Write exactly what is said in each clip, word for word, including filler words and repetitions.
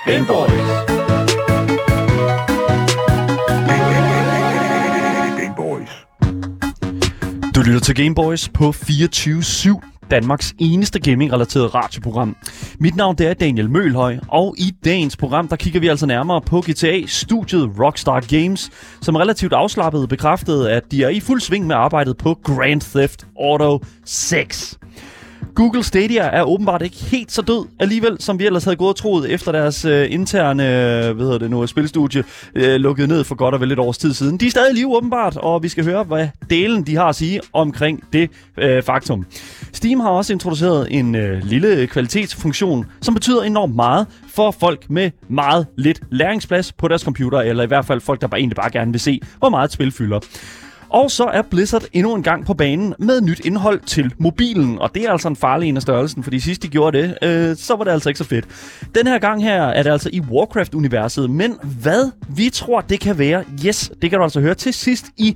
Game Boys. Game Boys. Du lytter til Game Boys på fireogtyve syv, Danmarks eneste gaming-relateret radioprogram. Mit navn det er Daniel Mølhøj, og i dagens program der kigger vi altså nærmere på G T A-studiet Rockstar Games, som relativt afslappet bekræftede, at de er i fuld sving med arbejdet på Grand Theft Auto seks. Google Stadia er åbenbart ikke helt så død alligevel, som vi ellers havde gået og troet, efter deres øh, interne øh, hvad hedder det nu, spilstudie øh, lukkede ned for godt og vel et års tid siden. De er stadig i live åbenbart, og vi skal høre, hvad delen de har at sige omkring det øh, faktum. Steam har også introduceret en øh, lille kvalitetsfunktion, som betyder enormt meget for folk med meget lidt læringsplads på deres computer, eller i hvert fald folk, der bare egentlig bare gerne vil se, hvor meget et spil fylder. Og så er Blizzard endnu en gang på banen med nyt indhold til mobilen, og det er altså en farlig en af størrelsen, fordi sidst de gjorde det, øh, så var det altså ikke så fedt. Den her gang her er det altså i Warcraft-universet, men hvad vi tror, det kan være, yes, det kan du altså høre til sidst i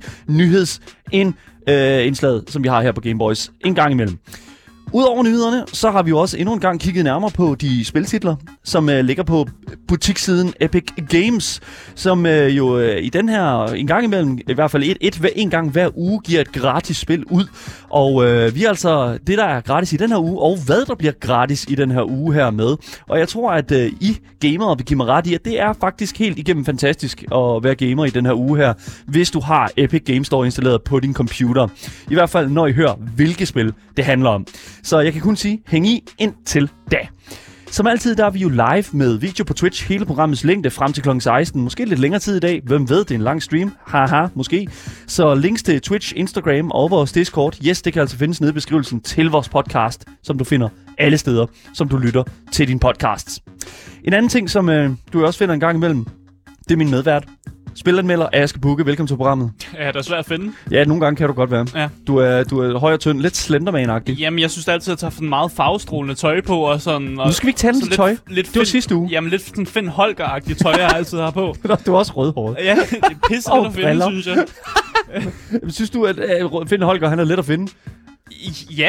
nyhedsindslaget, øh, som vi har her på Game Boys en gang imellem. Udover nyhederne, så har vi jo også endnu en gang kigget nærmere på de spiltitler, som øh, ligger på butikssiden Epic Games, som øh, jo øh, i den her en gang imellem, i hvert fald et, et, en gang hver uge, giver et gratis spil ud. Og øh, vi er altså det, der er gratis i den her uge, og hvad der bliver gratis i den her uge her med. Og jeg tror, at øh, I gamere vil give mig ret i, at det er faktisk helt igennem fantastisk at være gamer i den her uge her, hvis du har Epic Games Store installeret på din computer. I hvert fald, når I hører, hvilke spil det handler om. Så jeg kan kun sige, hæng i indtil da. Som altid, der er vi jo live med video på Twitch, hele programmets længde frem til klokken seksten. Måske lidt længere tid i dag. Hvem ved, det er en lang stream. Haha, måske. Så links til Twitch, Instagram og vores Discord. Yes, det kan altså findes nede i beskrivelsen til vores podcast, som du finder alle steder, som du lytter til din podcasts. En anden ting, som øh, du også finder en gang imellem, det er min medvært. Spilanmelder Aske Bukke, velkommen til programmet. Ja, det er svært at finde. Ja, nogle gange kan du godt være. Ja. Du er, du er høj og tynd, lidt Slenderman-agtig. Jamen, jeg synes altid, at jeg tager sådan meget farvestrålende tøj på og sådan. Og nu skal vi ikke tale om tøj. Lidt, lidt det var sidste uge. Jamen, lidt sådan Finn Holger-agtigt tøj, jeg altid har på. Du er også rødhåret. Ja, det er pisse oh, at finde, synes jeg. Synes du, at Finn Holger, han er let at finde? Ja.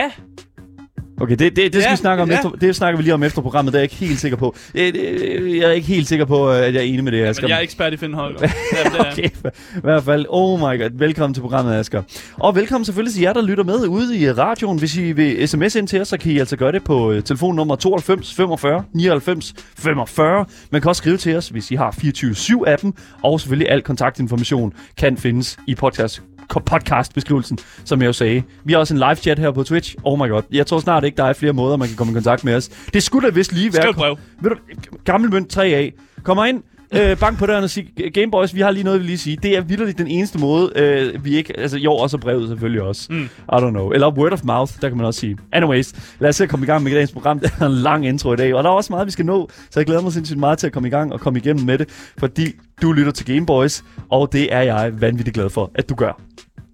Okay, det, det, det skal ja, vi snakke om ja. efter, det snakker vi lige om efter programmet, det er jeg ikke helt sikker på. Jeg, jeg er ikke helt sikker på, at jeg er enig med det, Asger. Men jeg er ekspert i Finn Holger. Ja, det er. Okay, i hvert fald. Oh my god, velkommen til programmet, Asger. Og velkommen selvfølgelig til jer, der lytter med ude i radioen. Hvis I vil sms ind til os, så kan I altså gøre det på telefonnummer tooghalvfems femogfyrre nioghalvfems femogfyrre. Man kan også skrive til os, hvis I har fireogtyve syv appen, og selvfølgelig al kontaktinformation kan findes i podcast podcast-beskrivelsen, som jeg jo sagde. Vi har også en live chat her på Twitch. Oh my god. Jeg tror snart ikke, der er flere måder, man kan komme i kontakt med os. Det skulle da vist lige være... Skriv ved du, gammel mønt tre A. Kommer ind, øh, bank på døren og sig, Game Boys, vi har lige noget, vi lige sige. Det er vitterligt den eneste måde, øh, vi ikke... Altså, jo, også brevet selvfølgelig også. Mm. I don't know. Eller word of mouth, der kan man også sige. Anyways, lad os se at komme i gang med dagens program. Det er en lang intro i dag, og der er også meget, vi skal nå. Så jeg glæder mig sindssygt meget til at komme i gang og komme igennem med det, fordi du lytter til Game Boys, og det er jeg vanvittigt glad for, at du gør.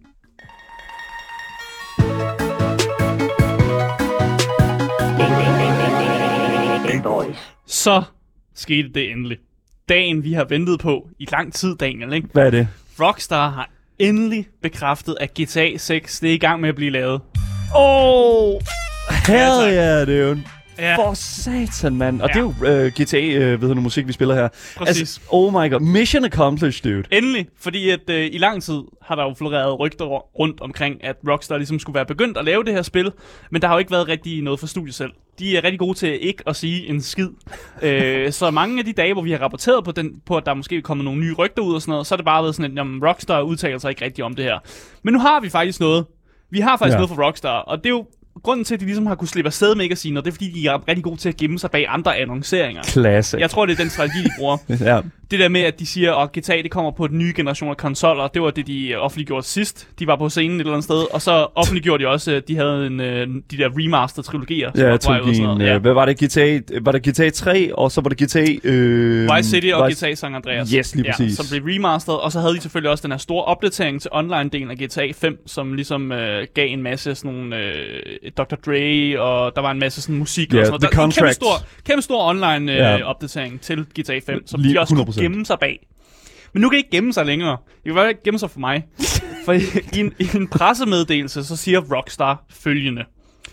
Så skete det endelig. Dagen, vi har ventet på i lang tid, Daniel, ikke? Hvad er det? Rockstar har endelig bekræftet, at G T A seks det er i gang med at blive lavet. Åh! Oh, hell yeah, dude. Ja. For satan, mand. Og ja. Det er jo uh, G T A, uh, ved du, musik, vi spiller her. Præcis. Altså, oh my god. Mission accomplished, dude. Endelig, fordi at uh, i lang tid har der jo floreret rygter rundt omkring, at Rockstar ligesom skulle være begyndt at lave det her spil, men der har jo ikke været rigtig noget for studiet selv. De er rigtig gode til ikke at sige en skid. uh, så mange af de dage, hvor vi har rapporteret på, den, på, at der måske er kommet nogle nye rygter ud og sådan noget, så har det bare været sådan, at jamen, Rockstar udtaler sig ikke rigtig om det her. Men nu har vi faktisk noget. Vi har faktisk ja. noget for Rockstar, og det er jo grunden til, at de ligesom har kunne slippe afsted med ikke at sige noget, det er fordi, de er rigtig gode til at gemme sig bag andre annonceringer. Classic. Jeg tror, det er den strategi, de bruger. ja. Det der med, at de siger, at G T A det kommer på den nye generation af konsoller, det var det, de offentliggjorde sidst. De var på scenen et eller andet sted, og så offentliggjorde de også, at de havde en, de der remaster-trilogier. Ja, trilogien. Ja. Hvad var det? G T A, var det G T A tre, og så var det G T A... Øh, Vice City og Vice... G T A San Andreas. Yes, lige præcis. Ja, som blev remasteret, og så havde de selvfølgelig også den her store opdatering til online-delen af G T A fem, som ligesom øh, gav en masse sådan nogle øh, doktor Dre, og der var en masse sådan musik yeah, og sådan noget. Der, en kæmpe stor, kæmpe stor online-opdatering øh, yeah. til G T A fem, som lige de også kunne gemme sig bag. Men nu kan I ikke gemme sig længere. I kan bare ikke gemme sig for mig. For i, i, en, i en pressemeddelelse, så siger Rockstar følgende.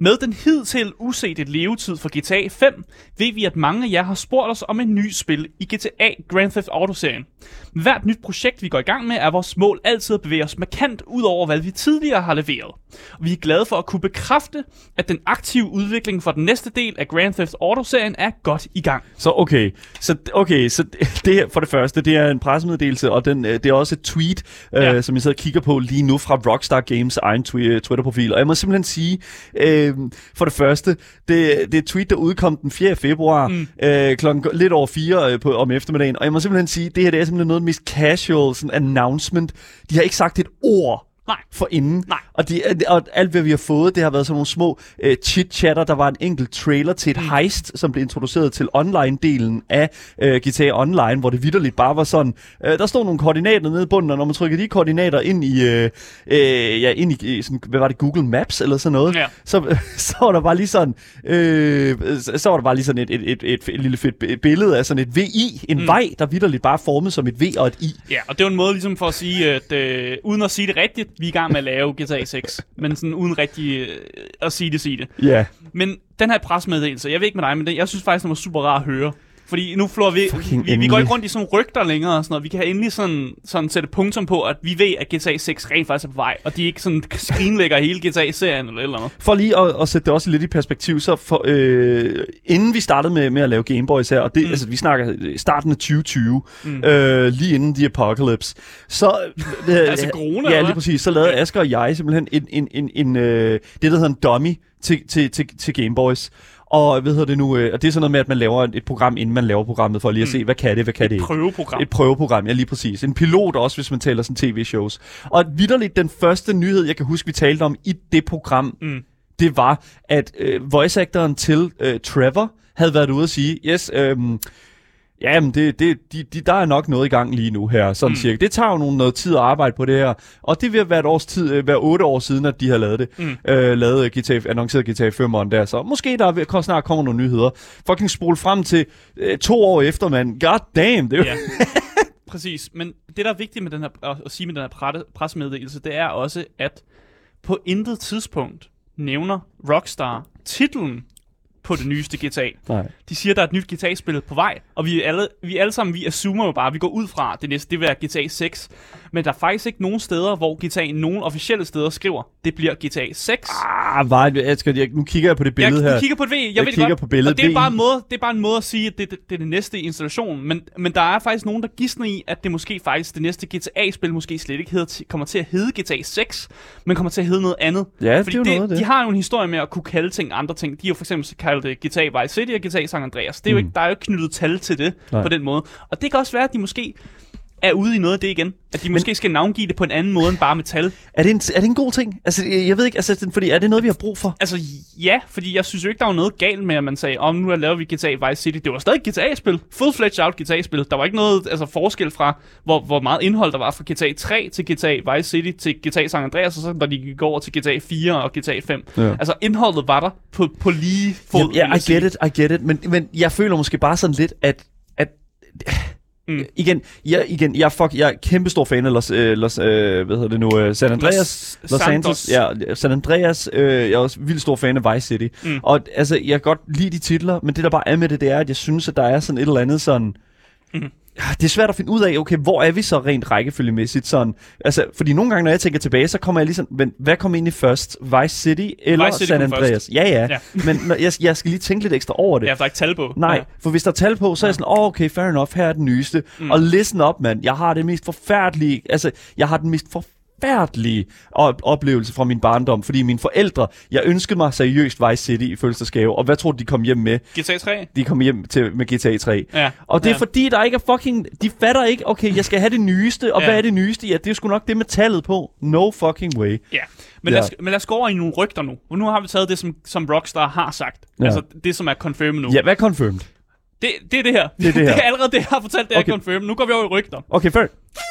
Med den hidtil usete levetid for G T A fem, ved vi, at mange af jer har spurgt os om en ny spil i G T A Grand Theft Auto-serien. Med hvert nyt projekt, vi går i gang med, er vores mål altid at bevæge os markant ud over, hvad vi tidligere har leveret. Og vi er glade for at kunne bekræfte, at den aktive udvikling for den næste del af Grand Theft Auto-serien er godt i gang. Så okay, så, okay, så det her for det første, det er en pressemeddelelse, og den, det er også et tweet, ja. øh, som jeg sidder og kigger på lige nu fra Rockstar Games egen tw- Twitter-profil. Og jeg må simpelthen sige, øh, for det første, det, det er et tweet, der udkom den fjerde februar, mm. øh, klokken lidt over fire øh, på, om eftermiddagen. Og jeg må simpelthen sige, det her det er simpelthen noget af det mest casual sådan, announcement. De har ikke sagt et ord Nej. for inden. Nej. Og, de, og alt, hvad vi har fået, det har været sådan nogle små uh, chit-chatter. Der var en enkelt trailer til et mm. heist, som blev introduceret til online-delen af uh, G T A Online, hvor det vitterligt bare var sådan, uh, der stod nogle koordinater nede i bunden, og når man trykker de koordinater ind i, uh, uh, ja, ind i sådan, hvad var det, Google Maps eller sådan noget, ja. så, uh, så var der bare lige sådan, uh, så var der bare lige sådan et, et, et, et, et lille fedt billede af sådan et V I, en mm. vej, der vitterligt bare formet som et V og et I. Ja, og det var en måde ligesom for at sige, at uh, uden at sige det rigtigt, vi er i gang med at lave G T A seks, men sådan uden rigtig øh, at sige det, sige det. Ja. Yeah. Men den her pressemeddelelse, jeg ved ikke med dig, men det, jeg synes faktisk, den var super rar at høre. Fordi nu flår vi, vi, vi går ikke rundt i sådan rygter længere og sådan noget. Vi kan endelig sådan, sådan sætte punktum på, at vi ved, at G T A seks rent faktisk er på vej, og de ikke sådan skrinlægger hele G T A-serien eller eller noget. For lige at, at sætte det også lidt i perspektiv, så for, øh, inden vi startede med, med at lave Game Boys her, og det, mm. altså vi snakker starten af tyve tyve, mm. øh, lige inden The Apocalypse, så... Øh, altså corona, ja, lige præcis. Så lavede Asger og jeg simpelthen en, en, en, en, øh, det, der hedder en dummy til, til, til, til Game Boys. Og hvad hedder det nu? Øh, og det er sådan noget med, at man laver et program, inden man laver programmet, for lige at se, mm. hvad kan det, hvad kan det ikke. Et prøveprogram. Et prøveprogram, ja lige præcis. En pilot også, hvis man taler sådan tv-shows. Og vitterligt den første nyhed, jeg kan huske, vi talte om i det program, mm. det var, at øh, voice-actoren til øh, Trevor havde været ude at sige, yes, øh, jamen, det, det, de, de, der er nok noget i gang lige nu her, sådan mm. cirka. Det tager jo nogle, noget tid at arbejde på det her, og det vil være et års tid, øh, være otte år siden, at de har lavet det. Mm. Øh, lavet G T A, annonceret G T A fem'eren der, så måske der vil, snart kommer nogle nyheder. Fucking spole frem til øh, to år efter, man. God damn, det er jo... Ja. Præcis, men det, der er vigtigt med den her, at, at sige med den her pressemeddelelse, det er også, at på intet tidspunkt nævner Rockstar titlen på det nyeste G T A. Nej. De siger, der er et nyt G T A-spil på vej, og vi alle, vi alle sammen, vi assumer jo bare, vi går ud fra, det næste, det vil være G T A seks. Men der er faktisk ikke nogen steder, hvor G T A, nogen officielle steder skriver, det bliver G T A seks. Ah, var jeg, skal, jeg, nu kigger jeg på det billede jeg, her. kigger på det, jeg, jeg, jeg ved kigger godt, på billedet. og det er, bare en måde, det er bare en måde at sige, at det, det, det er det næste installation. Men, men der er faktisk nogen, der gisner i, at det måske faktisk, det næste G T A-spil måske slet ikke hedder, kommer til at hedde G T A seks, men kommer til at hedde noget andet. Ja, fordi det er det, noget, det. de har jo en historie med at kunne kalde ting andre ting. De har jo for eksempel kaldt det G T A Vice City og G T A San Andreas. Det er jo mm. ikke, der er jo ikke knyttet tal til det Nej. på den måde. Og det kan også være, at de måske er ude i noget af det igen. At de men, måske skal navngive det på en anden måde end bare med tal. Er det en, er det en god ting? Altså, jeg, jeg ved ikke, altså, fordi er det noget, vi har brug for? Altså, ja, fordi jeg synes jo ikke, der var noget galt med, at man sagde, om oh, nu laver vi G T A Vice City. Det var stadig G T A-spil. Full-fledged out G T A-spil. Der var ikke noget altså, forskel fra, hvor, hvor meget indhold der var fra G T A tre til G T A Vice City til G T A San Andreas, og så da de gik over til G T A fire og G T A fem. Ja. Altså, indholdet var der på, på lige fod. Ja, yeah, I get it, I get it. Men, men jeg føler måske bare sådan lidt, at... at Mm. Igen, jeg, igen, jeg, fuck, jeg er kæmpe stor fan af Los, øh, Los øh, hvad hedder det nu, øh, San Andreas, Los, Los Santos, ja, San Andreas, øh, jeg er også vildt stor fan af Vice City, mm. og altså, jeg kan godt lide de titler, men det der bare er med det, det er, at jeg synes, at der er sådan et eller andet sådan, mm. det er svært at finde ud af, okay, hvor er vi så rent rækkefølgemæssigt sådan, altså, fordi nogle gange, når jeg tænker tilbage, så kommer jeg lige sådan, men hvad kom egentlig først, Vice City eller Vice City San Andreas? Ja, ja, ja. men når, jeg, jeg skal lige tænke lidt ekstra over det. Ja, der er ikke tal på. Nej, ja. for hvis der er tal på, så er jeg sådan, åh, oh, okay, fair enough, her er den nyeste, mm. og listen up, mand, jeg har det mest forfærdelige, altså, jeg har den mest forfærdelige, forfærdelige oplevelse fra min barndom, fordi mine forældre, jeg ønskede mig seriøst Vice City i fødselsdagsgave, og hvad tror du, de kom hjem med? G T A tre? De kom hjem til, med G T A tre. Ja. Og det er ja. fordi, der ikke er fucking, de fatter ikke, okay, jeg skal have det nyeste, og ja. hvad er det nyeste? Ja, det er sgu nok det med tallet på. No fucking way. Ja, men, ja. Lad, os, men lad os gå over i nogle rygter nu. Og nu har vi taget det, som, som Rockstar har sagt. Ja. Altså det, som er confirmed nu. Ja, hvad er confirmed? Det, det er det her. Det er det her. Det er allerede det, jeg har fortalt, det er okay. Confirmed. Nu går vi over i rygter. Okay, fair.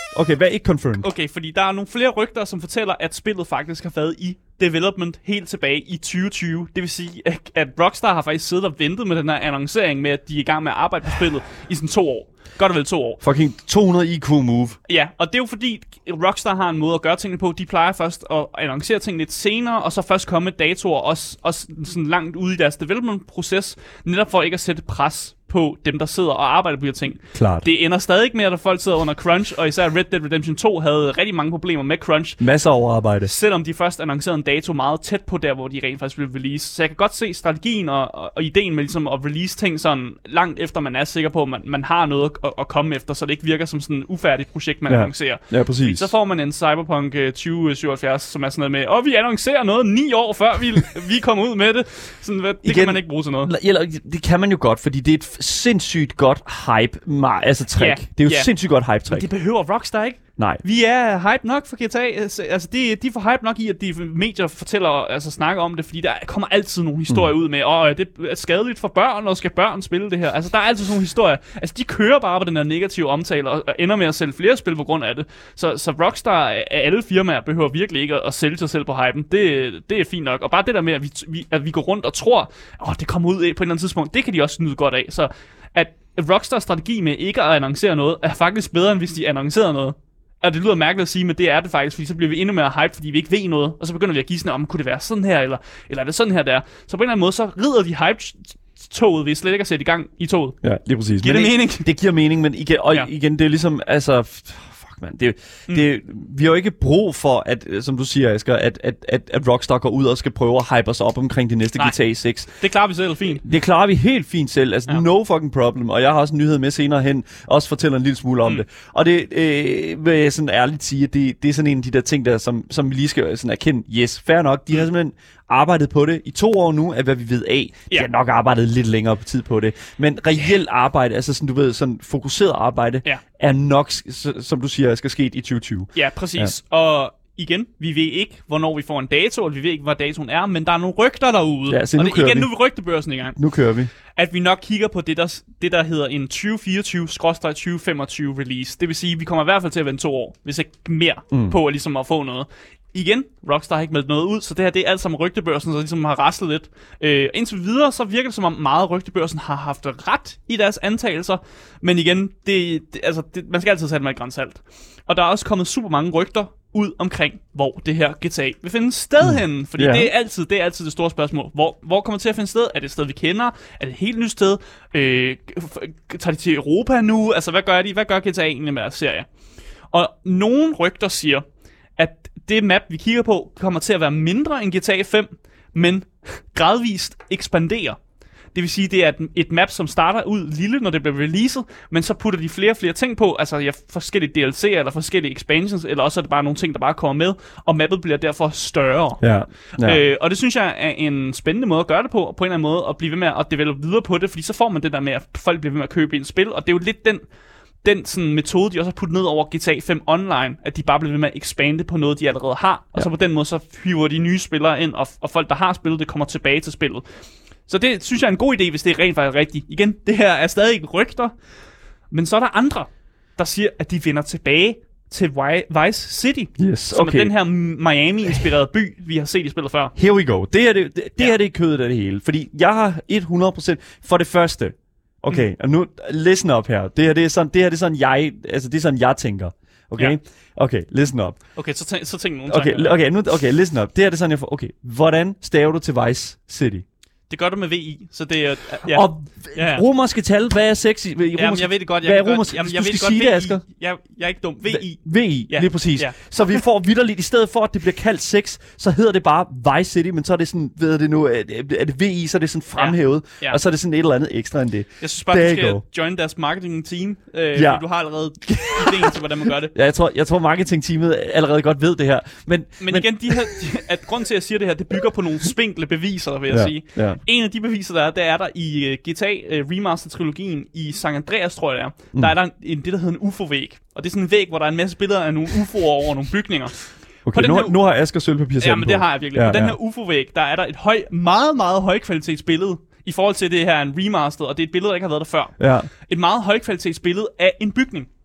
Okay, hvad er ikke confirmed? Okay, fordi der er nogle flere rygter, som fortæller, at spillet faktisk har været i development helt tilbage i tyve tyve. Det vil sige, at Rockstar har faktisk siddet og ventet med den her annoncering med, at de er i gang med at arbejde på spillet i sådan to år. Godt og vel to år. Fucking to hundrede I Q move. Ja, og det er jo fordi, Rockstar har en måde at gøre tingene på. De plejer først at annoncere ting lidt senere, og så først komme med datoer, også, også sådan langt ude i deres development-proces, netop for ikke at sætte pres på dem, der sidder og arbejder på de her ting. Klart. Det ender stadig med, at folk sidder under crunch, og især Red Dead Redemption to havde rigtig mange problemer med crunch. Masser af overarbejde. Selvom de først annoncerede en dato meget tæt på der, hvor de rent faktisk blev release. Så jeg kan godt se strategien og, og, og ideen med ligesom at release ting sådan langt efter, man er sikker på, at man, man har noget at, at komme efter, så det ikke virker som sådan et ufærdigt projekt, man ja. annoncerer. Ja, præcis. Fordi så får man en Cyberpunk tyve syvoghalvfjerds, som er sådan noget med, og vi annoncerer noget ni år før vi, vi kommer ud med det. Sådan, det Igen, kan man ikke bruge til noget. Eller, det kan man jo godt, fordi det er et sindssygt godt hype, altså trick. Ja, det er jo ja. sindssygt godt hype trick. Men det behøver Rockstar ikke. Nej. Vi er hype nok for G T A. Altså, de, de får hype nok i, at de medier fortæller, altså snakker om det, fordi der kommer altid nogle historier mm. ud med, åh, det er skadeligt for børn, og skal børn spille det her? Altså, der er altid sådan nogle historier. Altså, de kører bare på den her negative omtale, og ender med at sælge flere spil på grund af det. Så, så Rockstar af alle firmaer behøver virkelig ikke at, at sælge sig selv på hypen. Det, det er fint nok. Og bare det der med, at vi, vi, at vi går rundt og tror, åh, det kommer ud på et eller andet tidspunkt, det kan de også nyde godt af. Så at Rockstars strategi med ikke at annoncere noget, er faktisk bedre, end hvis de annoncerer noget. Og det lyder mærkeligt at sige, men det er det faktisk, fordi så bliver vi endnu mere hype, fordi vi ikke ved noget, og så begynder vi at gisne om, kunne det være sådan her, eller, eller er det sådan her, der. Så på en eller anden måde, så rider de hype-toget, vi slet ikke har sat i gang i toget. Ja, lige præcis. Giver men det mening? Det, det giver mening, men igen, og ja. igen, det er ligesom, altså... Man. Det, mm. det, vi har jo ikke brug for, at, som du siger, Asger, at, at, at, at Rockstar går ud og skal prøve at hype os op omkring det næste Nej. G T A seks. Det klarer vi selv fint. Det klarer vi helt fint selv. Altså, ja. no fucking problem. Og jeg har også en nyhed med senere hen, også fortæller en lille smule om mm. det. Og det øh, vil jeg sådan ærligt sige, at det, det er sådan en af de der ting, der, som, som vi lige skal sådan erkende. Yes, fair nok. De har simpelthen arbejdet på det i to år nu, af hvad vi ved af. De ja. har nok arbejdet lidt længere på tid på det. Men reelt arbejde, altså sådan, du ved, sådan fokuseret arbejde, ja. er nok, som du siger, skal ske i tyve tyve. Ja, præcis. Ja. Og igen, vi ved ikke, hvornår vi får en dato, og vi ved ikke, hvad datoen er, men der er nogle rygter derude. Ja, så og det, igen, vi. nu er vi rygtebørsen i gang. Nu kører vi. At vi nok kigger på det, der, det, der hedder en tyve fireogtyve tyve femogtyve release. Det vil sige, at vi kommer i hvert fald til at vente to år, hvis ikke mere, mm. på at, ligesom at få noget. Igen, Rockstar har ikke meldt noget ud, så det her det er alt sammen rygtebørsen, så ligesom har raslet lidt. Øh, indtil videre, så virker det som om meget rygtebørsen har haft ret i deres antagelser, men igen, det, det, altså, det, man skal altid sætte med et gran salt. Og der er også kommet super mange rygter ud omkring, hvor det her G T A vil finde sted mm. henne, fordi yeah. det er altid det er altid det store spørgsmål. Hvor, hvor kommer det til at finde sted? Er det et sted, vi kender? Er det et helt nyt sted? Øh, tager de til Europa nu? Altså, hvad gør de? Hvad gør G T A egentlig med deres serie? Og nogle rygter siger, at det map, vi kigger på, kommer til at være mindre end G T A fem, men gradvist ekspanderer. Det vil sige, det er et, et map, som starter ud lille, når det bliver releaset, men så putter de flere og flere ting på, altså ja, forskellige D L C'er eller forskellige expansions, eller også er det bare nogle ting, der bare kommer med, og mappet bliver derfor større. Ja, ja. Øh, og det synes jeg er en spændende måde at gøre det på, på en eller anden måde, at blive ved med at develope videre på det, fordi så får man det der med, at folk bliver ved med at købe ind spil, og det er jo lidt den den sådan metode, de også har puttet ned over G T A fem Online, at de bare bliver ved med at expande på noget, de allerede har, og ja. så på den måde, så hiver de nye spillere ind, og, og folk, der har spillet det, kommer tilbage til spillet. Så det synes jeg er en god idé, hvis det er rent faktisk rigtigt. Igen, det her er stadig ikke rygter, men så er der andre, der siger, at de vender tilbage til Vice City, yes, som okay. er den her Miami-inspirerede by, vi har set i spillet før. Here we go. Det her det, det, det, ja. her, det er kødet af det hele, fordi jeg har hundrede procent for det første. Okay, mm. og nu listen up her. Det her det er sådan, det her det er sådan jeg, altså det er sådan jeg tænker. Okay? Ja. Okay, listen up. Okay, så tænk, så tænk nogle okay, tanker. Okay, nu okay, listen up. Det her det er sådan jeg får. Okay, hvordan staver du til Vice City? Det gør du med V I, så det er... Ja. Og ja, ja. romerske tal, hvad er sexy? Romerske, jamen, jeg ved det godt. Jeg hvad er romerske? Jamen, jeg du ved skal det sige godt. det, Asger. Jeg, jeg er ikke dum. V I. V I, ja. Lige præcis. Ja. Så vi får vitterligt, i stedet for, at det bliver kaldt sex, så hedder det bare Vice City, men så er det sådan, ved det nu, er det V I, så er det sådan fremhævet, ja. Ja. Og så er det sådan et eller andet ekstra end det. Jeg synes bare, There du skal go. join deres marketing-team, øh, ja. fordi du har allerede idéen til, hvordan man gør det. Ja, jeg tror, jeg tror marketing-teamet allerede godt ved det her. Men, men, men igen, de her, at grund til, at jeg siger det her, det bygger på nogle spinkle beviser, vil jeg ja. sige. Ja. En af de beviser, der er, der er der i G T A uh, Remaster-trilogien i San Andreas, tror jeg det er. Mm. Der er der en, en, det, der hedder en U F O-væg. Og det er sådan en væg, hvor der er en masse billeder af nogle U F O'er over nogle bygninger. Okay, nu, her, nu har Asger sølvpapir Ja, men det har jeg virkelig. Ja, på den ja. her U F O-væg, der er der et høj, meget, meget højkvalitetsbillede i forhold til det her en remaster, og det er et billede, der ikke har været der før. Ja. Et meget højkvalitetsbillede af en bygning.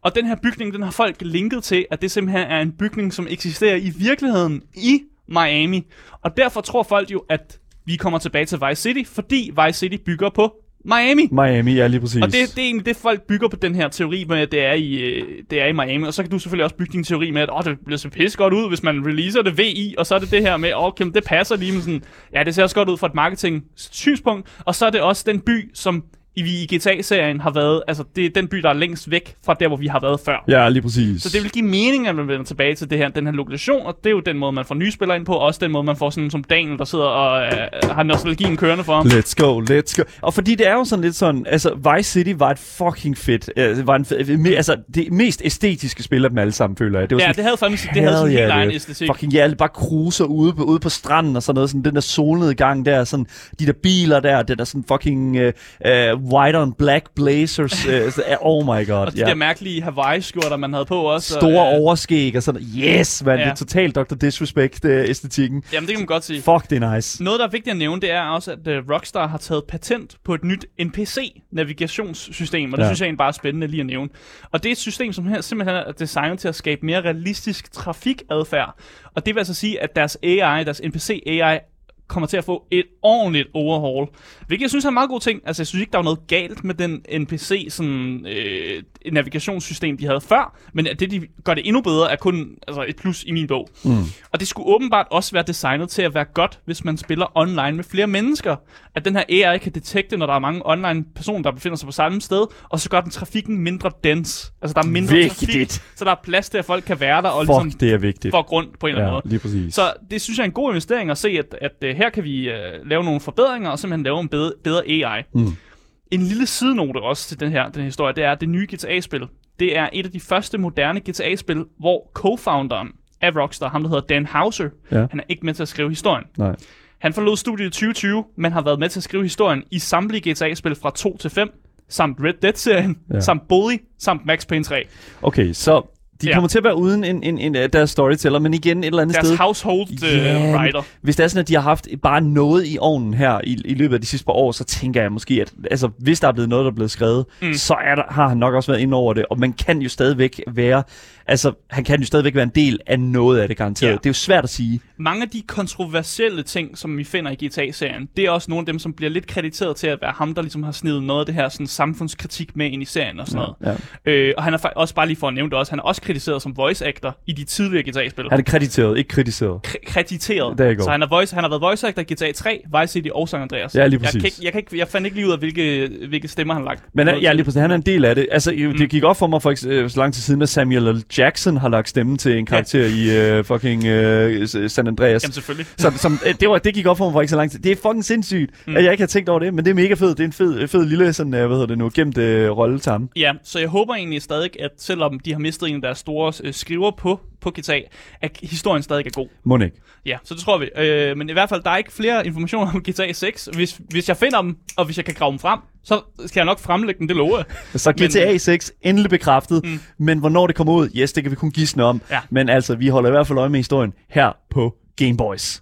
Og den her bygning, den har folk linket til, at det simpelthen er en bygning, som eksisterer i virkeligheden i Miami. Og derfor tror folk jo, at vi kommer tilbage til Vice City, fordi Vice City bygger på Miami. Miami, ja, lige præcis. Og det, det er egentlig det, folk bygger på den her teori med, at det er i, det er i Miami. Og så kan du selvfølgelig også bygge din teori med, at åh, det bliver så pisse godt ud, hvis man releaser det V I, og så er det det her med, åh, okay, det passer lige med sådan, ja, det ser også godt ud fra et marketing-synspunkt. Og så er det også den by, som i, i G T A-serien har været, altså det er den by, der er længst væk fra der, hvor vi har været før. Ja, lige præcis. Så det vil give mening, at man vender tilbage til det her, den her lokation, og det er jo den måde, man får nye spillere ind på, og også den måde, man får sådan som Daniel, der sidder og øh, har nostalgien kørende for ham. Let's go, let's go. Og fordi det er jo sådan lidt sådan, altså Vice City var et fucking fedt, øh, var en fed, altså det mest æstetiske spil af dem alle sammen, føler jeg. Det var ja, sådan, det havde fandme, det havde sådan en helt egen æstetik. Fucking ja, bare cruiser ude på, ude på stranden og sådan noget, sådan den der solnedgang der, sådan de der biler der, det der sådan fucking uh, uh, white on black blazers, uh, oh my god. Og de ja. der mærkelige Hawaii-skjorter, man havde på også. Store og, uh, overskæg og sådan, yes, man, ja. Det er totalt doktor Disrespect-æstetikken. Jamen, det kan man godt sige. Fuck, det er nice. Noget, der er vigtigt at nævne, det er også, at uh, Rockstar har taget patent på et nyt N P C-navigationssystem, og det ja. synes jeg egentlig bare er spændende lige at nævne. Og det er et system, som her simpelthen er designet til at skabe mere realistisk trafikadfærd. Og det vil altså sige, at deres A I, deres N P C A I, kommer til at få et ordentligt overhaul. Hvilket jeg synes er en meget god ting. Altså, jeg synes ikke, der var noget galt med den N P C sådan, øh, navigationssystem, de havde før, men det, de gør det endnu bedre, er kun altså, et plus i min bog. Mm. Og det skulle åbenbart også være designet til at være godt, hvis man spiller online med flere mennesker. At den her A I kan detekte, når der er mange online personer, der befinder sig på samme sted, og så gør den trafikken mindre dense. Altså, der er mindre vigtigt. trafik, så der er plads til, at folk kan være der og Fuck, ligesom det er vigtigt. få grund på en eller anden ja, måde. Lige præcis. Så det synes jeg er en god investering at se, at, at, at her kan vi uh, lave nogle forbedringer, og simpelthen lave en bedre, bedre A I. Mm. En lille sidenote også til den her, den her historie, det er, at det nye G T A-spil, det er et af de første moderne G T A-spil, hvor co-founderen af Rockstar, ham der hedder Dan Houser, ja. han er ikke med til at skrive historien. Nej. Han forlod studiet i tyve tyve, men har været med til at skrive historien i samtlige G T A-spil fra to til fem, samt Red Dead-serien, ja. samt Bully, samt Max Payne tre. Okay, så de kommer ja. til at være uden en, en, en, deres storyteller, men igen et eller andet deres sted. Deres household yeah. uh, writer. Hvis det er sådan, at de har haft bare noget i ovnen her i, i løbet af de sidste par år, så tænker jeg måske, at altså, hvis der er blevet noget, der er blevet skrevet, mm. så er der, har han nok også været inde over det, og man kan jo stadigvæk være, altså han kan jo stadigvæk være en del af noget af det garanteret. Ja. Det er jo svært at sige. Mange af de kontroversielle ting, som vi finder i G T A-serien, det er også nogle af dem, som bliver lidt krediteret til at være ham, der ligesom har snedet noget af det her sådan, samfundskritik med ind i serien og sådan ja, noget. Ja. Øh, og han er også bare lige for at nævne det også, han er også kritiseret som voice actor i de tidligere G T A-spil. Han er krediteret, ikke kritiseret. K- krediteret. Så han, er voice, han har været voice actor i G T A tre, Vice City og San Andreas. Ja, lige præcis. Jeg, kan ikke, jeg, kan ikke, jeg fandt ikke lige ud af, hvilke, hvilke stemmer han har lagt. Men ja, lige præcis. Han er en del af det. Altså, mm. det gik op for mig for ikke så lang tid siden, at Samuel L. Jackson har lagt stemmen til en karakter ja. i uh, fucking uh, San Andreas. Jamen selvfølgelig. Så, som, det, var, det gik op for mig for ikke så lang tid. Det er fucking sindssygt, mm. at jeg ikke har tænkt over det, men det er mega fedt. Det er en fed, fed lille sådan, uh, hvad hedder det nu, gemt uh, rolle til ham. Ja, så jeg håber egentlig stadig, at selvom de har mistet en af deres store uh, skriver på, på G T A, at historien stadig er god. Må ikke. Ja, så det tror vi. Øh, men i hvert fald, der er ikke flere informationer om G T A seks. Hvis, hvis jeg finder dem, og hvis jeg kan grave dem frem, så skal jeg nok fremlægge dem, det lover jeg. Så G T A seks endelig bekræftet, mm. men hvornår det kommer ud, yes, det kan vi kun gisne om. Ja. Men altså, vi holder i hvert fald øje med historien her på Game Boys.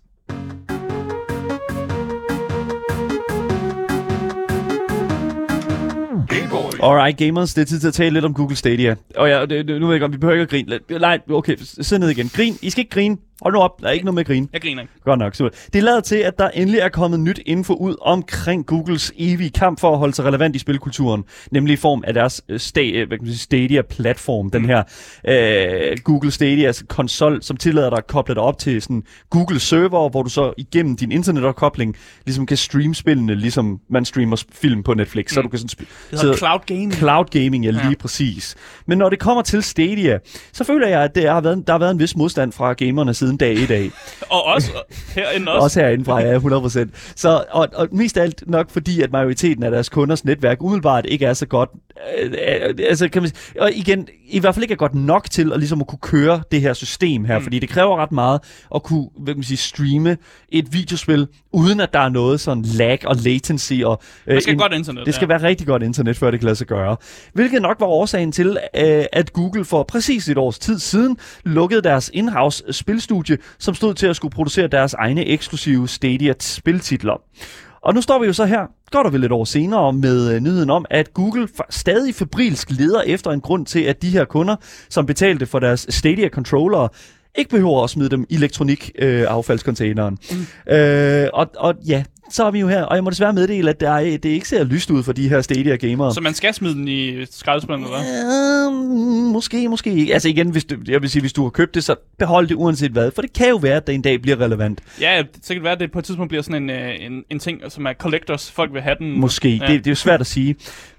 Alright, gamers, det er tid til at tale lidt om Google Stadia. Og ja, det, nu ved jeg godt, vi behøver ikke at grine. Nej, okay, sid ned igen. Grin, I skal ikke grine. Hold nu op, der er ikke noget med at grine. Jeg griner ikke. Godt nok, super. Det lader til, at der endelig er kommet nyt info ud omkring Googles evige kamp for at holde sig relevant i spilkulturen. Nemlig i form af deres Stadia-platform. Den her øh, Google Stadias konsol, som tillader dig at koble dig op til sådan Google server, hvor du så igennem din internetopkobling ligesom kan streame spillene, ligesom man streamer film på Netflix. Mm. Så du kan sådan sp- det hedder cloud gaming. Cloud gaming, ja, lige ja. præcis. Men når det kommer til Stadia, så føler jeg, at det har været, der har været en vis modstand fra gamerne siden dag i dag. Og også herinde også. Også herinde fra, ja, hundrede procent. Så, og, og mest af alt nok fordi, at majoriteten af deres kunders netværk umiddelbart ikke er så godt. Øh, altså, kan man, og igen, i hvert fald ikke er godt nok til at, ligesom at kunne køre det her system her, mm. fordi det kræver ret meget at kunne, hvad kan man sige, streame et videospil, uden at der er noget sådan lag og latency. Og, øh, det skal en, godt internet. Det skal ja. være rigtig godt internet, før det kan lade sig gøre. Hvilket nok var årsagen til, øh, at Google for præcis et års tid siden lukkede deres in-house spilstudie, som stod til at skulle producere deres egne eksklusive Stadia-spiltitler. Og nu står vi jo så her, godt og vel et år senere, med nyheden om, at Google stadig febrilsk leder efter en grund til, at de her kunder, som betalte for deres Stadia-controllere, ikke behøver at smide dem i elektronik-affaldscontaineren. Øh, mm. øh, og, og ja, så er vi jo her, og jeg må desværre meddele, at det, er, det ikke ser lyst ud for de her Stadia-gamere. Så man skal smide den i skraldespanden, eller hvad? Øh, måske, måske ikke. Altså igen, hvis du, jeg vil sige, hvis du har købt det, så behold det uanset hvad, for det kan jo være, at det en dag bliver relevant. Ja, det kan være, at det på et tidspunkt bliver sådan en, en, en ting, som er collectors. Folk vil have den. Måske, ja. det, det er jo svært at sige.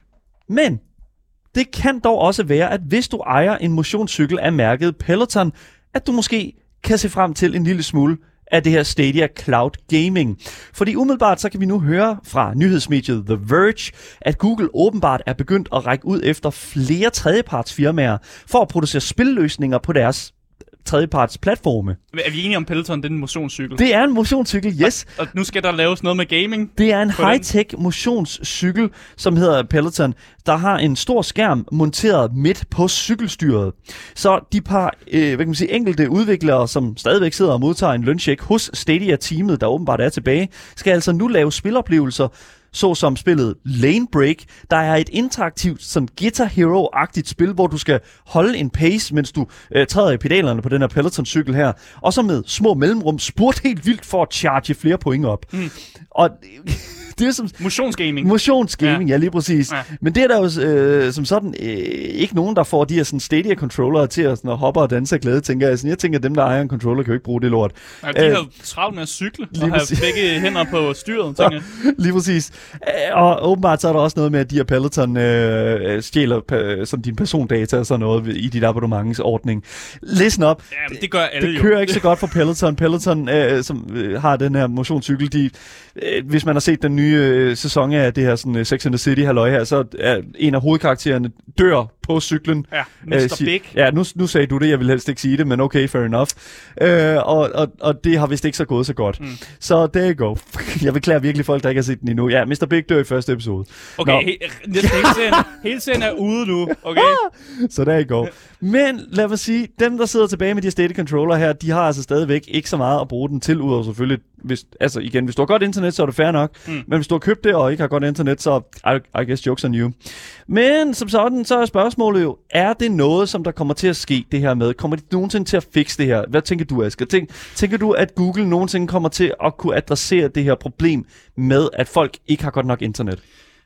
Men det kan dog også være, at hvis du ejer en motionscykel af mærket Peloton, at du måske kan se frem til en lille smule af det her Stadia Cloud Gaming. Fordi umiddelbart så kan vi nu høre fra nyhedsmediet The Verge, at Google åbenbart er begyndt at række ud efter flere tredjepartsfirmaer for at producere spilløsninger på deres tredjeparts platforme. Er vi enige om Peloton, det er en motionscykel? Det er en motionscykel, yes. Og, og nu skal der laves noget med gaming? Det er en high-tech motionscykel, som hedder Peloton, der har en stor skærm monteret midt på cykelstyret. Så de par øh, hvad kan man sige, enkelte udviklere, som stadigvæk sidder og modtager en løncheck hos Stadia-teamet, der åbenbart er tilbage, skal altså nu lave spiloplevelser, såsom spillet Lane Break, der er et interaktivt sådan Guitar Hero-agtigt spil, hvor du skal holde en pace, mens du øh, træder i pedalerne på den her Peloton-cykel her, og så med små mellemrum spurt helt vildt for at charge flere point op. Mm. Og det er som motionsgaming. Motionsgaming, ja. ja, lige præcis. Ja. Men det er der jo øh, som sådan øh, ikke nogen, der får de her sådan Stadia-controllere til at, sådan, at hoppe og danse af glæde, tænker jeg. Sådan, jeg tænker, at dem, der ejer en controller, kan jo ikke bruge det lort. Ja, de har travlt med at cykle og have begge hænder på styret, tænker jeg. Lige præcis. Og åbenbart så er der også noget med, at de her Peloton øh, stjæler pa- som din persondata og sådan noget i dit abonnementsordning. Listen up. Ja, men det gør alle det jo. Det kører ikke så godt for Peloton. Peloton, øh, som øh, har den her motionscykel, de, øh, hvis man har set den nye øh, sæson af det her sådan, uh, Sex and the City halløj her, så er en af hovedkaraktererne dør på cyklen. Ja, mister øh, Big. Ja, nu, nu sagde du det, jeg vil helst ikke sige det, men okay, fair enough. Øh, og, og, og det har vist ikke så gået så godt. Mm. Så there you go. Jeg beklager virkelig folk, der ikke har set den endnu. Ja, mister Big dør i første episode. Okay, he- næsten hele serien, hele serien er ude nu. Okay. Så there you go. Men lad mig sige, dem der sidder tilbage med de Stadia controller her, de har altså stadigvæk ikke så meget at bruge den til, udover selvfølgelig, hvis, altså igen, hvis du har godt internet, så er det fair nok. Mm. Men hvis du har købt det og ikke har godt internet, så I, I guess jokes on you. Men som sådan, så er spørgsmålet jo, er det noget, som der kommer til at ske det her med? Kommer de nogensinde til at fikse det her? Hvad tænker du, Asger? Tænk, tænker du, at Google nogensinde kommer til at kunne adressere det her problem med, at folk ikke har godt nok internet?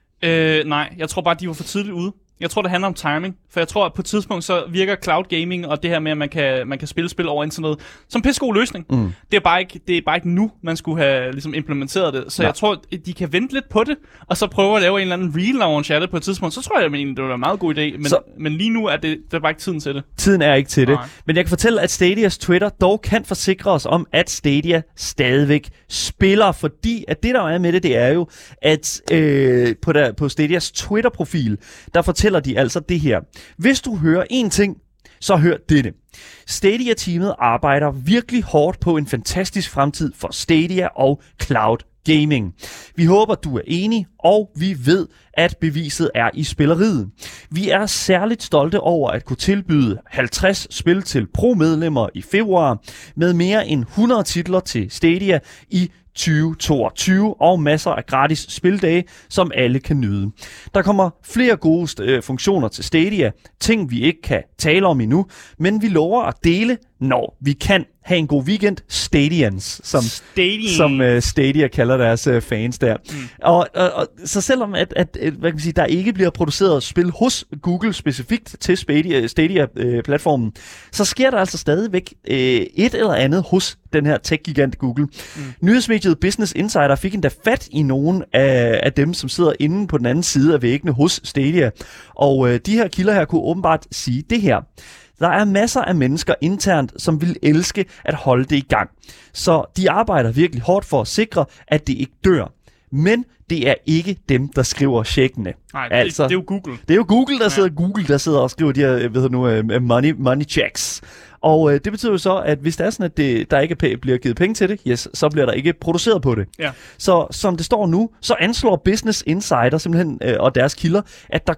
Øh, nej, jeg tror bare, de var for tidligt ude. Jeg tror, det handler om timing, for jeg tror, at på et tidspunkt så virker cloud gaming og det her med, at man kan, man kan spille spil over internet som en pissegod løsning. Mm. Det er bare ikke, det er bare ikke nu, man skulle have ligesom implementeret det. Så Nej. jeg tror, de kan vente lidt på det, og så prøve at lave en eller anden relaunch af det på et tidspunkt. Så tror jeg, at det ville være en meget god idé, men, så, men lige nu er det, det er bare ikke tiden til det. Tiden er ikke til det. Nej. Men jeg kan fortælle, at Stadias Twitter dog kan forsikre os om, at Stadia stadigvæk spiller, fordi at det, der er med det, det er jo, at øh, på, der, på Stadias Twitter-profil, der fortæller de altså det her. Hvis du hører én ting, så hør dette. Stadia-teamet arbejder virkelig hårdt på en fantastisk fremtid for Stadia og cloud gaming. Vi håber, du er enig, og vi ved, at beviset er i spilleriet. Vi er særligt stolte over at kunne tilbyde halvtreds spil til pro-medlemmer i februar, med mere end hundrede titler til Stadia i tyve toogtyve og masser af gratis spildage, som alle kan nyde. Der kommer flere gode øh, funktioner til Stadia, ting vi ikke kan tale om endnu, men vi lover at dele, når vi kan. Ha' en god weekend, Stadians, som, som uh, Stadia kalder deres uh, fans der. Mm. Og, og, og så selvom at, at, at hvad kan man sige, der ikke bliver produceret spil hos Google specifikt til Stadia-platformen, uh, så sker der altså stadigvæk uh, et eller andet hos den her tech-gigant Google. Mm. Nyhedsmediet Business Insider fik endda fat i nogen af, af dem, som sidder inde på den anden side af væggene hos Stadia. Og uh, de her kilder her kunne åbenbart sige det her. Der er masser af mennesker internt, som vil elske at holde det i gang. Så de arbejder virkelig hårdt for at sikre, at det ikke dør. Men det er ikke dem, der skriver checkene. Nej, det, altså, det er jo Google. Det er jo Google, der ja. sidder, Google, der sidder og skriver de her ved nu, uh, money, money checks. Og uh, det betyder jo så, at hvis det er sådan, at det, der ikke p- bliver givet penge til det, yes, så bliver der ikke produceret på det. Ja. Så som det står nu, så anslår Business Insider simpelthen uh, og deres kilder, at der kun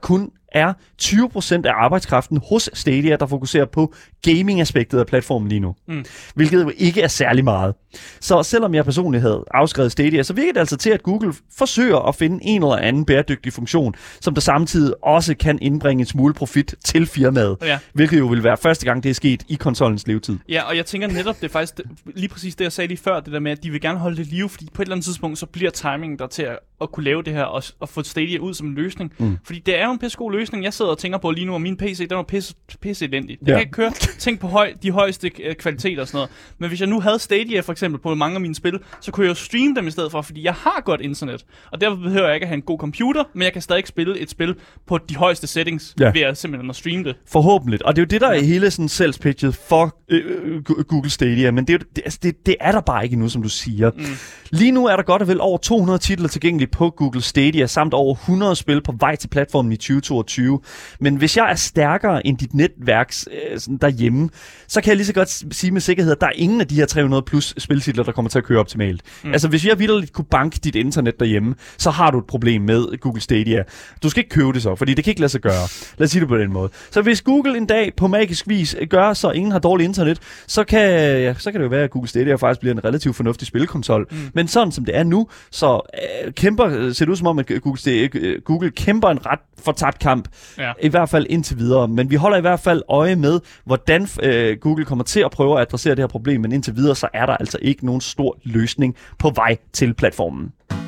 er tyve procent af arbejdskraften hos Stadia, der fokuserer på gaming-aspektet af platformen lige nu. Mm. Hvilket jo ikke er særlig meget. Så selvom jeg personligt havde afskrevet Stadia, så virker det altså til, at Google forsøger at finde en eller anden bæredygtig funktion, som der samtidig også kan indbringe en smule profit til firmaet. Ja. Hvilket jo vil være første gang, det er sket i konsollens levetid. Ja, og jeg tænker netop, det er faktisk lige præcis det, jeg sagde lige før, det der med, at de vil gerne holde det live, fordi på et eller andet tidspunkt, så bliver timingen der til at, at kunne lave det her og, og få Stadia ud som en løsning. Mm. Fordi det er jo en pisse god løsning. Jeg sidder og tænker på lige nu, at min P C, den er pisse, pisse elendig. Den ja. kan ikke køre ting på høj, de højeste kvaliteter og sådan noget. Men hvis jeg nu havde Stadia for eksempel på mange af mine spil, så kunne jeg jo streame dem i stedet for, fordi jeg har godt internet. Og derfor behøver jeg ikke at have en god computer, men jeg kan stadig spille et spil på de højeste settings, ja. ved at simpelthen at streame det. Forhåbentlig. Og det er jo det, der er hele sådan sales pitchet for øh, Google Stadia, men det er, jo, det, altså det, det er der bare ikke endnu, som du siger. Mm. Lige nu er der godt og vel over to hundrede titler tilgængelige på Google Stadia, samt over hundrede spil på vej til platformen i tyve toogtyve. Men hvis jeg er stærkere end dit netværk øh, derhjemme, så kan jeg lige så godt sige med sikkerhed, at der er ingen af de her tre hundrede plus spiltitler, der kommer til at køre optimalt. Mm. Altså hvis jeg vitterligt kunne banke dit internet derhjemme, så har du et problem med Google Stadia. Du skal ikke købe det så, fordi det kan ikke lade sig gøre. Lad os sige det på den måde. Så hvis Google en dag på magisk vis gør, så ingen har dårligt internet, så kan, ja, så kan det jo være, at Google Stadia faktisk bliver en relativt fornuftig spilkonsol. Mm. Men sådan som det er nu, så øh, kæmper, ser det ud som om, at Google, Stadia, Google kæmper en ret fortabt kamp. Ja. I hvert fald indtil videre. Men vi holder i hvert fald øje med, hvordan øh, Google kommer til at prøve at adressere det her problem. Men indtil videre, så er der altså ikke nogen stor løsning på vej til platformen.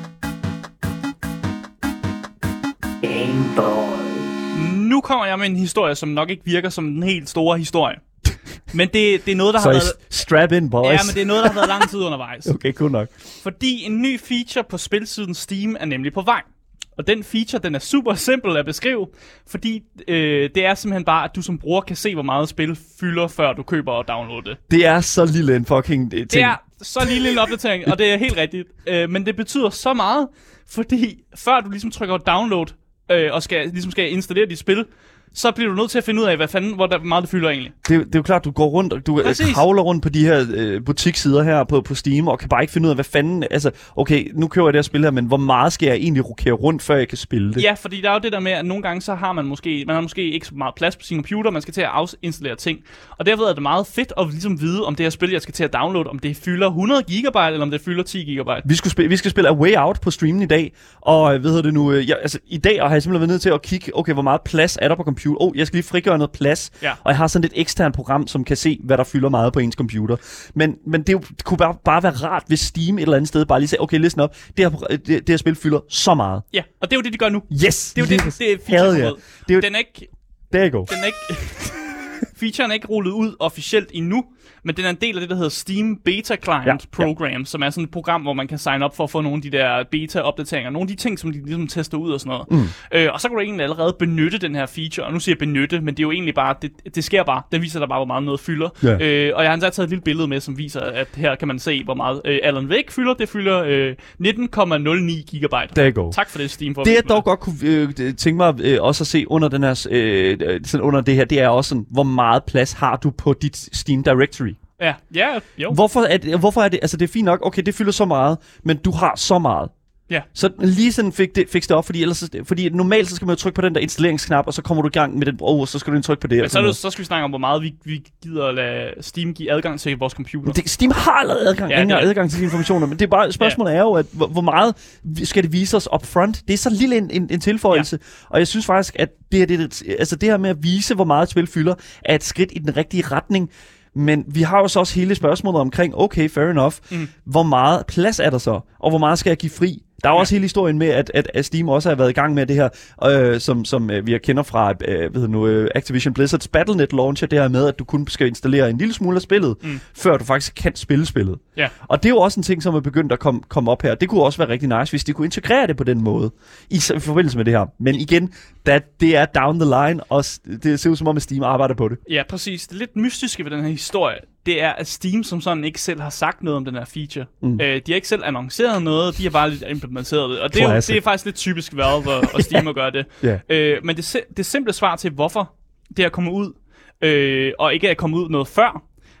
Nu kommer jeg med en historie, som nok ikke virker som en helt store historie. Men det, det er noget, der har været... strap in, boys. Ja, men det er noget, der har været lang tid undervejs. Okay, cool nok. Fordi en ny feature på spilsiden Steam er nemlig på vej. Og den feature, den er super simpel at beskrive, fordi øh, det er simpelthen bare, at du som bruger kan se, hvor meget spil fylder, før du køber og downloader det. Det er så lille en fucking ting. Det er så lille en opdatering, og det er helt rigtigt. Øh, men det betyder så meget, fordi før du ligesom trykker download, øh, og skal, ligesom skal installere dit spil, så bliver du nødt til at finde ud af, hvad fanden, hvor der, meget det fylder egentlig. Det, det er jo klart, du går rundt, og du kravler rundt på de her øh, butikssider her på, på Steam, og kan bare ikke finde ud af, hvad fanden, altså, okay, nu køber jeg det her spil her, men hvor meget skal jeg egentlig rokere rundt, før jeg kan spille det? Ja, fordi der er jo det der med, at nogle gange så har man måske, man har måske ikke så meget plads på sin computer, man skal til at afinstallere ting. Og derfor er det meget fedt at ligesom vide, om det her spil, jeg skal til at downloade, om det fylder hundrede gigabyte, eller om det fylder ti gigabyte. Vi, skulle spille, vi skal spille A Way Out på streamen i dag, og hvad hedder det nu, jeg, altså i dag har jeg simpelthen været nødt til at kigge, okay, hvor meget plads er der på computer? Oh, jeg skal lige frigøre noget plads, ja. Og jeg har sådan et eksternt program, som kan se, hvad der fylder meget på ens computer. Men, men det, jo, det kunne bare, bare være rart, hvis Steam et eller andet sted bare lige sagde, okay, listen op, det her, det, det her spil fylder så meget. Ja, og det er jo det, de gør nu. Yes! Det er jo det, det er feature ja. Det er jo, den er ikke... There you go. Den er ikke... Featuren er ikke rullet ud officielt endnu, men den er en del af det, der hedder Steam Beta Client ja, Program, ja. Som er sådan et program, hvor man kan sign up for at få nogle af de der beta-opdateringer, nogle af de ting, som de ligesom tester ud og sådan noget. Mm. Øh, og så kan du egentlig allerede benytte den her feature, og nu siger jeg benytte, men det er jo egentlig bare, det, det sker bare, den viser dig bare, hvor meget noget fylder. Ja. Øh, og jeg har taget et lille billede med, som viser, at her kan man se, hvor meget øh, Alan Wake fylder. Det fylder øh, nitten komma nul ni gigabyte. There you go. Tak for det, Steam. For det jeg dog godt kunne øh, tænke mig øh, også at se under, den her, øh, sådan under det her, det er også sådan, hvor meget plads har du på dit Steam Directory. Ja, ja, jo. Hvorfor er det, hvorfor er det, altså det er fint nok, okay, det fylder så meget, men du har så meget. Ja. Så lige sådan fik det, fik det op, fordi, ellers, fordi normalt så skal man jo trykke på den der installaringsknap, og så kommer du i gang med den, og så skal du trykke på det. Men så, det, så skal vi snakke om, hvor meget vi, vi gider at lade Steam give adgang til vores computer. Det, Steam har allerede adgang, ja, ingen adgang til de informationer, men det er bare, spørgsmålet ja. er jo, at hvor, hvor meget skal det vise os up front? Det er så lille en, en, en tilføjelse, ja. Og jeg synes faktisk, at det, det, altså det her med at vise, hvor meget et spil fylder, er et skridt i den rigtige retning. Men vi har jo så også hele spørgsmålet omkring, okay, fair enough, mm. hvor meget plads er der så, og hvor meget skal jeg give fri? Der er ja. også hele historien med, at, at, at Steam også har været i gang med det her, øh, som, som øh, vi kender fra øh, ved nu, øh, Activision Blizzards Battle net launcher, det her med, at du kun skal installere en lille smule af spillet, mm. før du faktisk kan spille spillet. Ja. Og det er jo også en ting, som er begyndt at komme kom op her. Det kunne også være rigtig nice, hvis de kunne integrere det på den måde, i, i forbindelse med det her. Men igen, that, det er down the line, og det ser ud som om, at Steam arbejder på det. Ja, præcis. Det lidt mystiske ved den her historie, det er, at Steam som sådan ikke selv har sagt noget om den her feature. Mm. Øh, de har ikke selv annonceret noget, de har bare lidt implementeret det. Og det er, jo, det er faktisk lidt typisk Valve og, og Steam at gøre det. Yeah. Øh, men det, det simple svar til, hvorfor det er kommet ud, øh, og ikke er kommet ud noget før,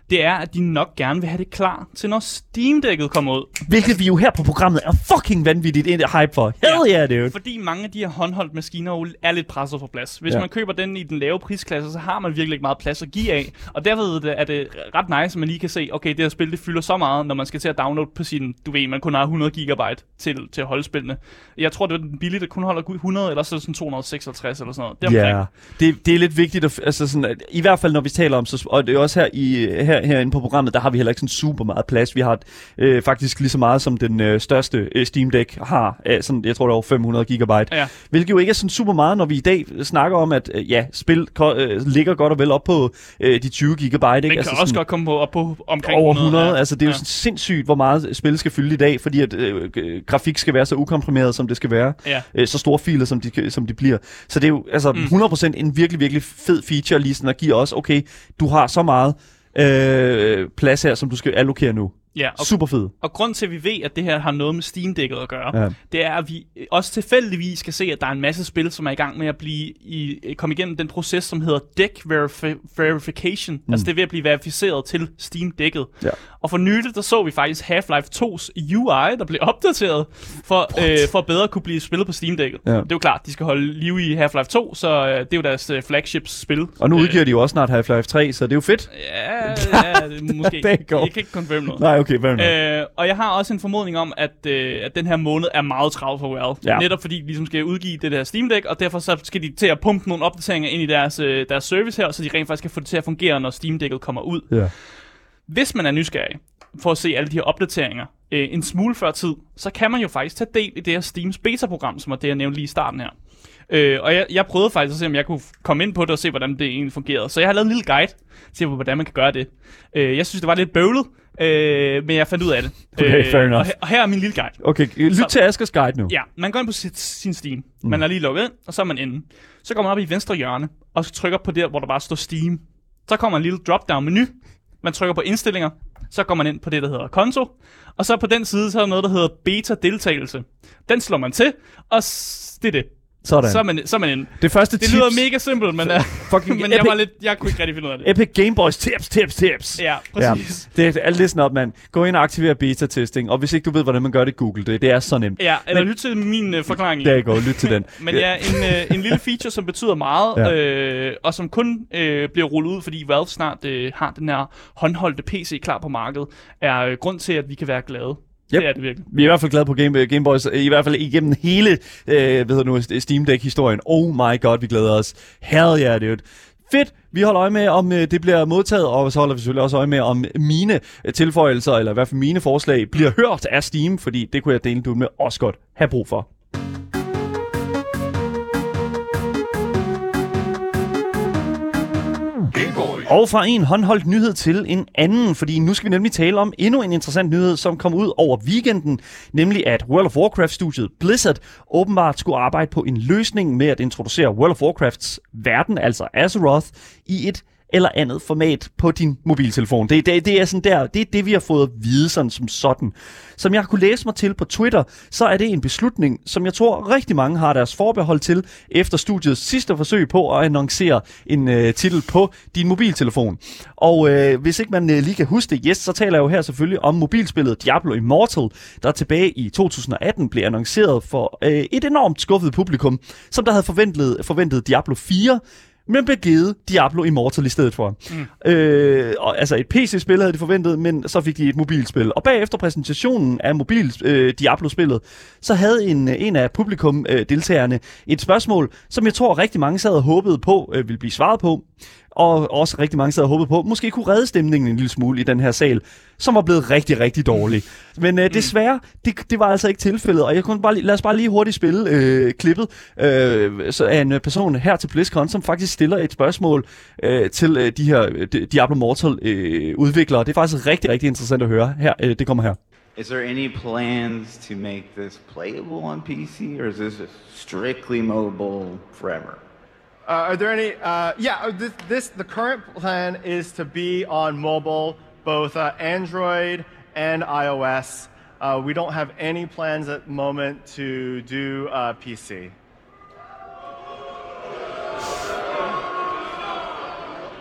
det er, at de nok gerne vil have det klar til, når Steam-dækket kommer ud. Hvilket vi jo her på programmet er fucking vanvittigt ind hype for. Hell yeah, yeah dude. Fordi mange af de her håndholdt maskiner jo er lidt presset for plads. Hvis ja. man køber den i den lave prisklasse, så har man virkelig ikke meget plads at give af. Og derfor er det ret nice, at man lige kan se, okay, det her spil, det fylder så meget, når man skal til at downloade på sin, du ved, man kun har hundrede gigabyte til, til at holde spillene. Jeg tror, det er den billige, der kun holder hundrede, eller så er det sådan to hundrede og seksoghalvtreds eller sådan noget. Det er ja, det, det er lidt vigtigt, at, altså sådan, at, i hvert fald når vi taler om, så, og det er også her, i, her herinde på programmet, der har vi heller ikke sådan super meget plads. Vi har øh, faktisk lige så meget, som den øh, største øh, Steam Deck har. Øh, sådan, jeg tror, det er over fem hundrede gigabyte. Ja. Hvilket jo ikke er sådan super meget, når vi i dag snakker om, at øh, ja, spil øh, ligger godt og vel op på øh, de tyve gigabyte. Ikke? Den altså, kan også sådan, godt komme på, op på omkring over hundrede. hundrede ja. Altså, det er jo ja. sådan sindssygt, hvor meget spil skal fylde i dag, fordi at øh, grafik skal være så ukomprimeret, som det skal være. Ja. Øh, så store filer, som de, som de bliver. Så det er jo altså mm. hundrede procent en virkelig, virkelig fed feature, lige sådan at give os, okay, du har så meget øh, plads her, som du skal allokere nu. Ja, og, super fed. Og grund til, at vi ved, at det her har noget med Steam-dækket at gøre, ja. det er, at vi også tilfældigvis skal se, at der er en masse spil, som er i gang med at blive i, komme igennem den proces, som hedder Deck verifi- Verification. Mm. Altså det er ved at blive verificeret til Steam-dækket. Ja. Og for nylig, der så vi faktisk Half-Life to's U I, der blev opdateret, for, øh, for at bedre kunne blive spillet på Steam-dækket. Ja. Det er jo klart, de skal holde liv i Half-Life to, så øh, det er jo deres øh, flagship-spil. Og nu udgiver øh, de jo også snart Half-Life tre, så det er jo fedt. Ja, ja måske. Jeg kan ikke confirm noget. Nej, okay, fair øh, og jeg har også en formodning om, at, øh, at den her måned er meget travlt for Valve. Ja. Netop fordi de ligesom skal udgive det der Steam Deck, og derfor så skal de til at pumpe nogle opdateringer ind i deres, øh, deres service her, så de rent faktisk kan få det til at fungere, når Steam Deck'et kommer ud. Ja. Hvis man er nysgerrig for at se alle de her opdateringer øh, en smule før tid, så kan man jo faktisk tage del i det her Steams beta-program, som er det, jeg nævnte lige i starten her. Øh, og jeg, jeg prøvede faktisk at se, om jeg kunne komme ind på det og se, hvordan det egentlig fungerede. Så jeg har lavet en lille guide til, hvordan man kan gøre det. Øh, jeg synes, det var lidt bøvlet, øh, men jeg fandt ud af det. Okay, fair enough. Og, og her er min lille guide. Okay, lyt så, til Askers guide nu. Ja, man går ind på sit, sin Steam. Mm. Man er lige logget ind, og så er man inde. Så går man op i venstre hjørne, og trykker på der, hvor der bare står Steam. Så kommer en lille drop-down-menu. Man trykker på indstillinger. Så går man ind på det, der hedder konto. Og så på den side, så er der noget, der hedder beta-deltagelse. Den slår man til, og det er det. Sådan. Så er man, så er man inde. Det første det tips. lyder mega simpelt, men, uh, men jeg var lidt, jeg kunne ikke rigtig finde ud af det. Epic Game Boys tips, tips, tips. Ja, præcis. Ja. Det er listen op, mand. Gå ind og aktiver beta-testing, og hvis ikke du ved, hvordan man gør det, google det. Det er så nemt. Ja, eller men, lyt til min uh, forklaring. Der går, lyt til den. Men ja, en, uh, en lille feature, som betyder meget, ja. øh, og som kun øh, bliver rullet ud, fordi Valve snart øh, har den her håndholdte P C klar på markedet, er øh, grund til, at vi kan være glade. Yep. Det er det virkelig. Vi er i hvert fald glade på Game, Game Boys, i hvert fald igennem hele øh, hvad nu, Steam Deck-historien. Oh my god, vi glæder os. Hell yeah, dude. Fedt. Vi holder øje med, om øh, det bliver modtaget, og så holder vi selvfølgelig også øje med, om mine tilføjelser, eller i hvert fald mine forslag, bliver hørt af Steam, fordi det kunne jeg dele du med også godt have brug for. Og fra en håndholdt nyhed til en anden, fordi nu skal vi nemlig tale om endnu en interessant nyhed, som kom ud over weekenden, nemlig at World of Warcraft-studiet Blizzard åbenbart skulle arbejde på en løsning med at introducere World of Warcrafts verden, altså Azeroth, i et eller andet format på din mobiltelefon. Det, det, det er sådan der, det er det, vi har fået at vide sådan som sådan. Som jeg har kunne læse mig til på Twitter, så er det en beslutning, som jeg tror rigtig mange har deres forbehold til, efter studiets sidste forsøg på at annoncere en øh, titel på din mobiltelefon. Og øh, hvis ikke man øh, lige kan huske det, yes, så taler jeg jo her selvfølgelig om mobilspillet Diablo Immortal, der tilbage i to tusind atten blev annonceret for øh, et enormt skuffet publikum, som der havde forventet, forventet Diablo fire, men blev givet Diablo Immortal i stedet for. Mm. Øh, og, altså et P C-spil havde de forventet, men så fik de et mobilspil. Og bagefter præsentationen af mobil øh, Diablo-spillet, så havde en, en af publikum-deltagerne øh, et spørgsmål, som jeg tror rigtig mange sad og håbede på øh, ville blive svaret på. Og også rigtig mange sad og håbede på, måske kunne redde stemningen en lille smule i den her sal, som var blevet rigtig, rigtig dårlig. Men øh, desværre, det, det var altså ikke tilfældet, og jeg kunne bare, lad os bare lige hurtigt spille øh, klippet øh, så af en person her til BlizzCon, som faktisk stiller et spørgsmål øh, til øh, de her Diablo Immortal øh, udviklere. Det er faktisk rigtig, rigtig interessant at høre. Her, øh, det kommer her. Is there any plans to make this playable on P C, or is this strictly mobile forever? Uh, are there any? Uh, yeah, this, this the current plan is to be on mobile, both uh, Android and iOS. Uh, we don't have any plans at the moment to do uh, P C.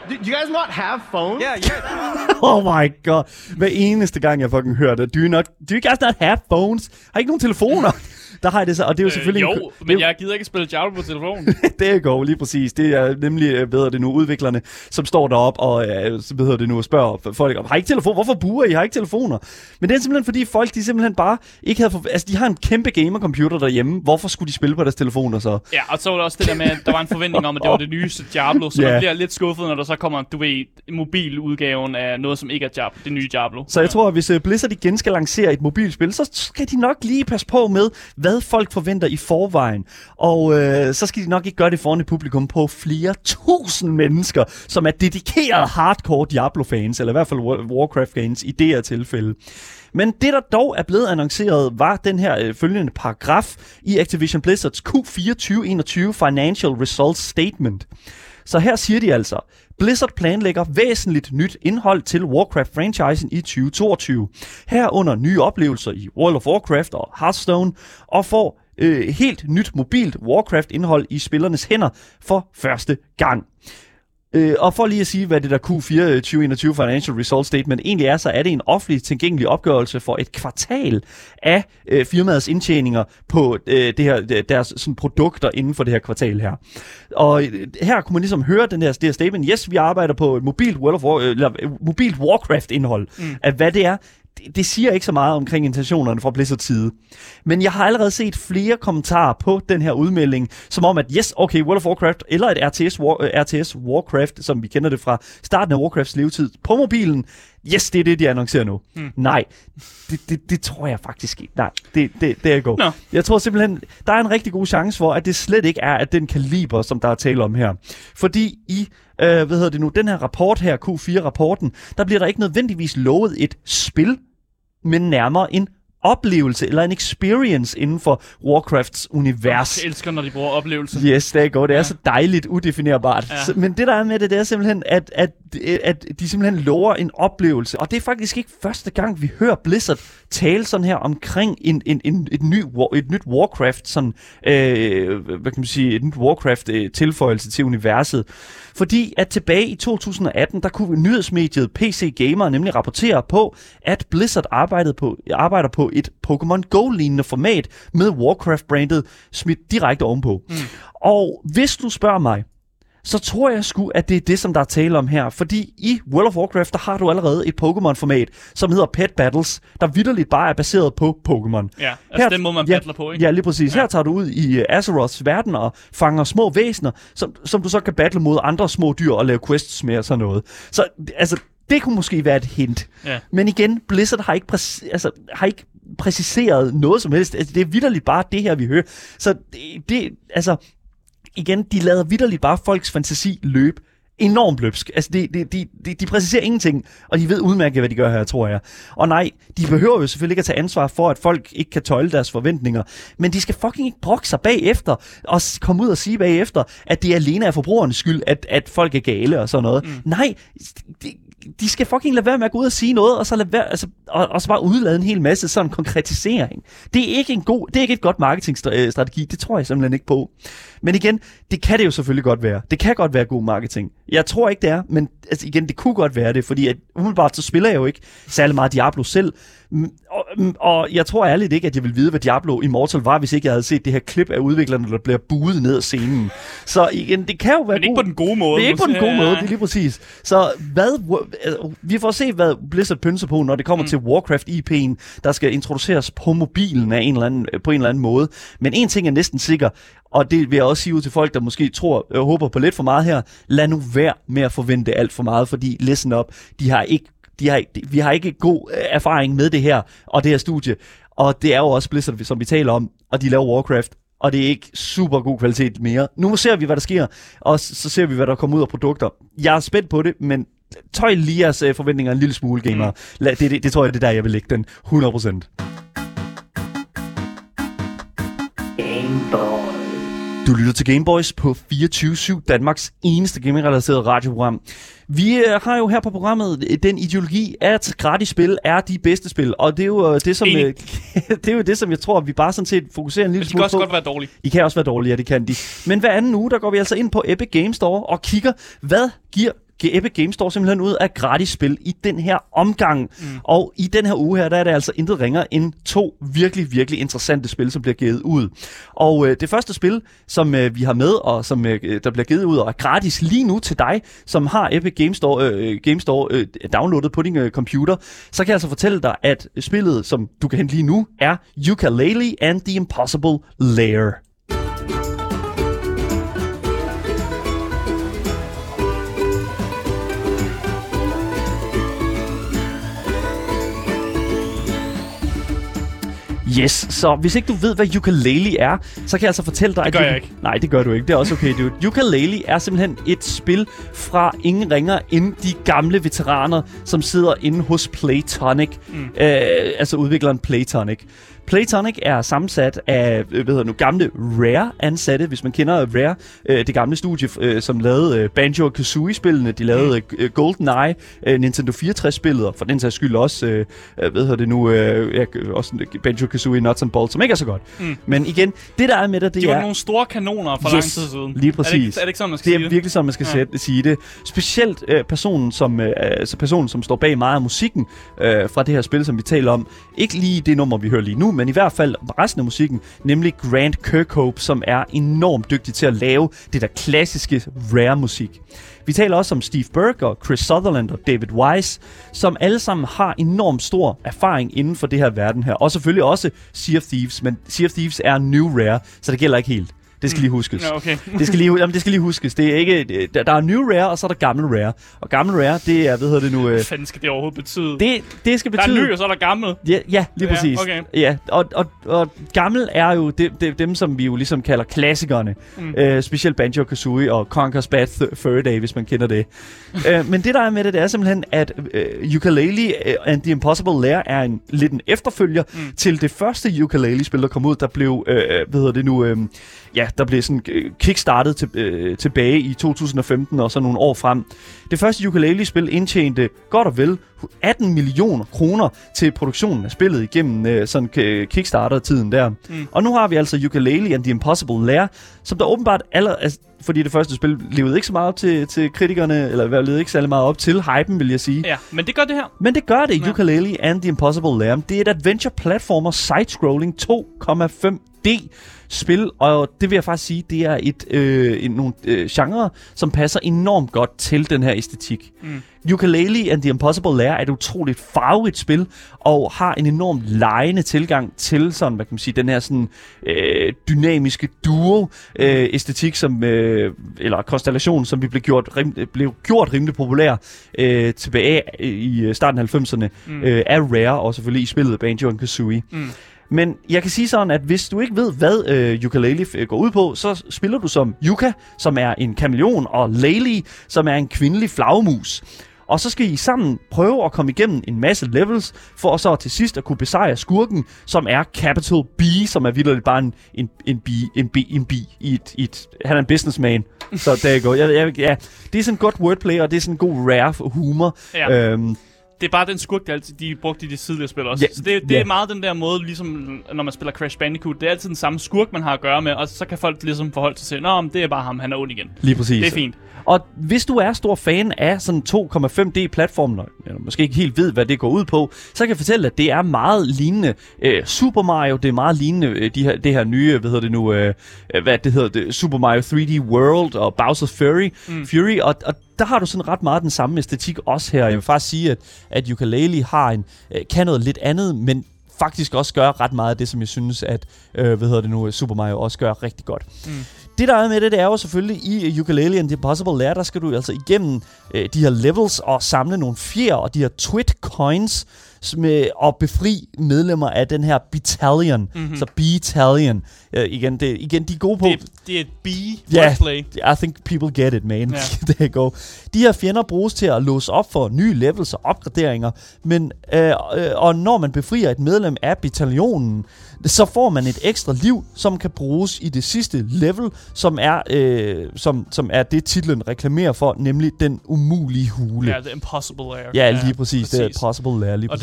Do you guys not have phones? Yeah, yeah. Oh my god. Hver eneste gang, jeg fucking hører det. Do you, not, do you guys not have phones? Har I ikke nogen telefoner? Der har jeg det så, og det er jo selvfølgelig... Øh, jo, en, men det, jeg gider ikke spille Diablo på telefonen. det går lige præcis. Det er nemlig, hvad hedder det nu, udviklerne, som står deroppe og, øh, så hvad hedder det nu, og spørger folk om, har I ikke telefon? Hvorfor buer I? Har I ikke telefoner? Men det er simpelthen, fordi folk, de simpelthen bare ikke havde... For, altså, de har en kæmpe gamercomputer derhjemme. Hvorfor skulle de spille på deres telefoner så? Ja, og så var der også det der med, at der var en forventning om, at det var det nyeste Diablo, så Ja. man bliver lidt skuffet, når der så kommer, du ved, mobiludgaven af noget, som ikke er Diablo, det nye Diablo. Så jeg tror, at hvis uh, Blizzard igen skal lancere et mobilspil, så skal de nok lige passe på med, hvad folk forventer i forvejen. Og øh, så skal de nok ikke gøre det foran et publikum på flere tusind mennesker, som er dedikerede hardcore Diablo-fans, eller i hvert fald Warcraft-fans i det her tilfælde. Men det, der dog er blevet annonceret, var den her øh, følgende paragraf i Activision Blizzards Q fire tyve enogtyve Financial Results Statement. Så her siger de altså, Blizzard planlægger væsentligt nyt indhold til Warcraft-franchisen i tyve toogtyve. Herunder nye oplevelser i World of Warcraft og Hearthstone, og får øh, helt nyt mobilt Warcraft-indhold i spillernes hænder for første gang. Øh, og for lige at sige, hvad det der Q fire tyve enogtyve Financial Results Statement egentlig er, så er det en offentlig tilgængelig opgørelse for et kvartal af øh, firmaets indtjeninger på øh, det her, deres sådan, produkter inden for det her kvartal her. Og øh, her kunne man ligesom høre den her, det her statement. Yes, vi arbejder på et mobilt, World of War, eller, mobilt Warcraft-indhold. Mm. At hvad det er, det, det siger ikke så meget omkring intentionerne fra Blizzards side. Men jeg har allerede set flere kommentarer på den her udmelding, som om at yes, okay, World of Warcraft eller et R T S, War, R T S Warcraft, som vi kender det fra starten af Warcrafts levetid, på mobilen, yes, det er det, de annoncerer nu. Hmm. Nej, det, det, det tror jeg faktisk ikke. Nej, det, det, det er go. No. Jeg tror simpelthen, der er en rigtig god chance for, at det slet ikke er af den kaliber, som der er tale om her. Fordi i øh, hvad hedder det nu, den her rapport her, Q fire-rapporten, der bliver der ikke nødvendigvis lovet et spil, men nærmere en oplevelse eller en experience inden for Warcrafts univers. Jeg elsker, når de bruger oplevelse. Yes, det er godt. Det er ja. så dejligt udefinerbart. Ja. Så, men det, der er med det, det er simpelthen, at, at, at de simpelthen lover en oplevelse. Og det er faktisk ikke første gang, vi hører Blizzard tale sådan her omkring en, en, en, et, ny, et nyt Warcraft, sådan, øh, hvad kan man sige, et nyt Warcraft-tilføjelse til universet. Fordi at tilbage i to tusind og atten, der kunne nyhedsmediet P C Gamer nemlig rapportere på, at Blizzard arbejdede på, arbejder på et Pokémon Go-lignende format med Warcraft-brandet smidt direkte ovenpå. Mm. Og hvis du spørger mig, så tror jeg sgu, at det er det, som der er tale om her. Fordi i World of Warcraft, der har du allerede et Pokémon-format, som hedder Pet Battles, der vitterligt bare er baseret på Pokémon. Ja, altså her, den måde, man ja, battler på, ikke? Ja, lige præcis. Ja. Her tager du ud i uh, Azeroths verden og fanger små væsener, som, som du så kan battle mod andre små dyr og lave quests med og sådan noget. Så altså, det kunne måske være et hint. Ja. Men igen, Blizzard har ikke, præc- altså, har ikke præciseret noget som helst. Altså, det er vitterligt bare det her, vi hører. Så det, det altså... Igen, de lader vitterligt bare folks fantasi løbe enormt løbsk. Altså, de, de, de, de, de præciserer ingenting, og de ved udmærket, hvad de gør her, tror jeg. Og nej, de behøver jo selvfølgelig ikke at tage ansvar for, at folk ikke kan tøjle deres forventninger, men de skal fucking ikke brokke sig bagefter, og komme ud og sige bagefter, at det alene er forbrugernes skyld, at, at folk er gale og sådan noget. Mm. Nej, de, de skal fucking lade være med at gå ud og sige noget, og så, lade være, altså, og, og så bare udlade en hel masse sådan konkretisering. Det er ikke en god, det er ikke et godt marketingstrategi, det tror jeg simpelthen ikke på. Men igen, det kan det jo selvfølgelig godt være. Det kan godt være god marketing. Jeg tror ikke, det er, men altså igen, det kunne godt være det, fordi at, umiddelbart så spiller jeg jo ikke særlig meget Diablo selv. Og, og jeg tror ærligt ikke, at jeg ville vide, hvad Diablo Immortal var, hvis ikke jeg havde set det her klip af udviklerne, der bliver buet ned af scenen. Så igen, det kan jo være men ikke på den gode måde. Det er ikke på den gode måde, det er lige præcis. Så hvad, altså, vi får se, hvad Blizzard pynser på, når det kommer mm. til Warcraft I P'en, der skal introduceres på mobilen af en eller anden, på en eller anden måde. Men en ting er næsten sikker, og det vil jeg også sige ud til folk, der måske tror og håber på lidt for meget her. Lad nu være med at forvente alt for meget, fordi listen up, de har ikke, de har, de, vi har ikke god erfaring med det her og det her studie. Og det er jo også Blizzard, som vi taler om, og de laver Warcraft, og det er ikke super god kvalitet mere. Nu ser vi, hvad der sker, og så ser vi, hvad der kommer ud af produkter. Jeg er spændt på det, men tøj lige jeres forventninger en lille smule, gamer. Mm. Det, det, det tror jeg, det er der, jeg vil lægge den hundrede procent. Du lytter til Gameboys på fireogtyve syv, Danmarks eneste gaming-relateret radioprogram. Vi øh, har jo her på programmet den ideologi, at gratis spil er de bedste spil, og det er jo øh, det som øh, det er jo det som jeg tror, vi bare sådan set fokuserer en lille smule på. Men de kan også godt være dårlige. I kan også være dårlige, ja, det kan de. Men hver anden uge, der går vi altså ind på Epic Games Store og kigger, hvad giver Epic Games Store simpelthen ud af gratis spil i den her omgang. Mm. Og i den her uge her, der er det altså intet ringere end to virkelig, virkelig interessante spil, som bliver givet ud. Og øh, det første spil, som øh, vi har med, og som øh, der bliver givet ud og er gratis lige nu til dig, som har Epic Games Store, øh, Games Store øh, downloadet på din øh, computer, så kan jeg altså fortælle dig, at spillet, som du kan hente lige nu, er Yooka-Laylee and the Impossible Lair. Yes, så hvis ikke du ved, hvad Yooka-Laylee er, så kan jeg altså fortælle dig... Det gør at jeg ikke. Nej, det gør du ikke. Det er også okay, dude. Yooka-Laylee er simpelthen et spil fra ingen ringer end de gamle veteraner, som sidder inde hos Playtonic. Mm. Øh, altså udvikleren Playtonic. Playtonic er sammensat af hvad hedder nu, gamle Rare-ansatte, hvis man kender Rare, øh, det gamle studie, øh, som lavede øh, Banjo-Kazooie-spillene, de lavede øh, GoldenEye, øh, Nintendo fireogtres-spillet, og for den sags skyld også, øh, hvad hedder det nu, øh, ja, også Banjo-Kazooie Nuts and Bolts, som ikke er så godt. Mm. Men igen, det der er med det, det de er... De var nogle store kanoner for yes, lang tid siden. Lige præcis. Er det, er det ikke sådan, man skal det? sige er virkelig sådan, man skal ja. sætte, sige det. Specielt øh, personen, som, øh, altså personen, som står bag meget af musikken øh, fra det her spil, som vi taler om. Ikke lige det nummer, vi hører lige nu, men i hvert fald resten af musikken, nemlig Grant Kirkhope, som er enormt dygtig til at lave det der klassiske Rare-musik. Vi taler også om Steve Burke og Chris Sutherland og David Wise, som alle sammen har enormt stor erfaring inden for det her verden her. Og selvfølgelig også Sea of Thieves, men Sea of Thieves er New Rare, så det gælder ikke helt. Det skal lige huskes. Ja, okay. det, skal lige, jamen, det skal lige huskes. Det er ikke, der, der er New Rare, og så er der Gammel Rare. Og Gammel Rare, det er, hvad hedder det nu... Hvad fanden skal det overhovedet betyde? Det, det skal betyde... Der er ny, og så er der gammel. Ja, ja lige ja, præcis. Okay. Ja, og, og, og gammel er jo de, de, dem, som vi jo ligesom kalder klassikerne. Mm. Øh, specielt Banjo-Kazooie og Conker's Bad Th- Fur Day, hvis man kender det. øh, men det, der er med det, det er simpelthen, at øh, Yooka-Laylee and the Impossible Lair er en lidt en efterfølger mm. til det første Yooka-Laylee-spil, der kom ud, der blev, øh, hvad hedder det nu... Øh, ja, der blev sådan øh, kickstartet til, øh, tilbage i to tusind og femten og så nogle år frem. Det første Yooka-Laylee-spil indtjente godt og vel atten millioner kroner til produktionen af spillet igennem øh, sådan k- Kickstarter-tiden der. Mm. Og nu har vi altså Yooka-Laylee and the Impossible Lair, som der åbenbart allerede... Altså, fordi det første spil levede ikke så meget op til, til kritikerne, eller levede ikke særlig meget op til hypen, vil jeg sige. Ja, men det gør det her. Men det gør det, ja. Yooka-Laylee and the Impossible Lair. Det er et adventure-platformer side-scrolling to komma fem D spil, og det vil jeg faktisk sige, det er et øh, en, nogle øh, genre, som passer enormt godt til den her æstetik. Mm. Yooka-Laylee and the Impossible Lair er et utroligt farverigt spil, og har en enormt legende tilgang til sådan, hvad kan man sige, den her sådan øh, dynamiske duo-æstetik, øh, som øh, eller konstellation, som vi blev gjort, rim, blev gjort rimelig populær øh, tilbage i starten af halvfemserne mm. øh, af Rare, og selvfølgelig i spillet Banjo and Kazooie. Mm. Men jeg kan sige sådan, at hvis du ikke ved, hvad øh, Yooka-Laylee går ud på, så spiller du som Yuka, som er en kameleon, og Laylee, som er en kvindelig flagmus. Og så skal I sammen prøve at komme igennem en masse levels, for så til sidst at kunne besejre skurken, som er Capital B, som er vildt bare en, en, en, bi, en, bi, en bi i et, i et... Han er en businessman, så der går. Jeg, jeg, ja, det er sådan godt wordplay, og det er sådan god Rare humor. Ja. Øhm, det er bare den skurk, de, altid, de brugte i de tidligere spil også. Ja, så det, det ja. er meget den der måde, ligesom når man spiller Crash Bandicoot. Det er altid den samme skurk, man har at gøre med, og så kan folk ligesom forholde sig til, nå, det er bare ham, han er ond igen. Lige præcis. Det er fint. Og hvis du er stor fan af sådan to komma fem D-platformen, eller måske ikke helt ved, hvad det går ud på, så kan jeg fortælle, at det er meget lignende øh, Super Mario. Det er meget lignende øh, de her, det her nye, hvad hedder det nu, øh, hvad det hedder, det, Super Mario tre D World og Bowser's Fury. Mm. Fury og, og der har du sådan ret meget den samme æstetik også her. Jeg vil faktisk sige, at, at Yooka-Laylee har en, øh, kan noget lidt andet, men faktisk også gør ret meget af det, som jeg synes, at øh, hvad hedder det nu, Super Mario også gør rigtig godt. Mm. Det der er med det, det er jo selvfølgelig i Yooka-Laylee and the Impossible Lair, der skal du altså igennem øh, de her levels og samle nogle fjer og de her twit coins med at befri medlemmer af den her battalion, mm-hmm. så battalion. Uh, igen, det, igen, de er gode på... Det, det er et B-wordplay. Yeah, I think people get it, man. Yeah. Det er godt. De her fjender bruges til at låse op for nye levels og opgraderinger, men uh, uh, og når man befrier et medlem af bataljonen, så får man et ekstra liv, som kan bruges i det sidste level, som er, øh, som, som er det titlen reklamerer for, nemlig den umulige hule. Ja, The Impossible Lair. Ja, lige præcis. præcis. Det er Impossible Lair, lige præcis. Og det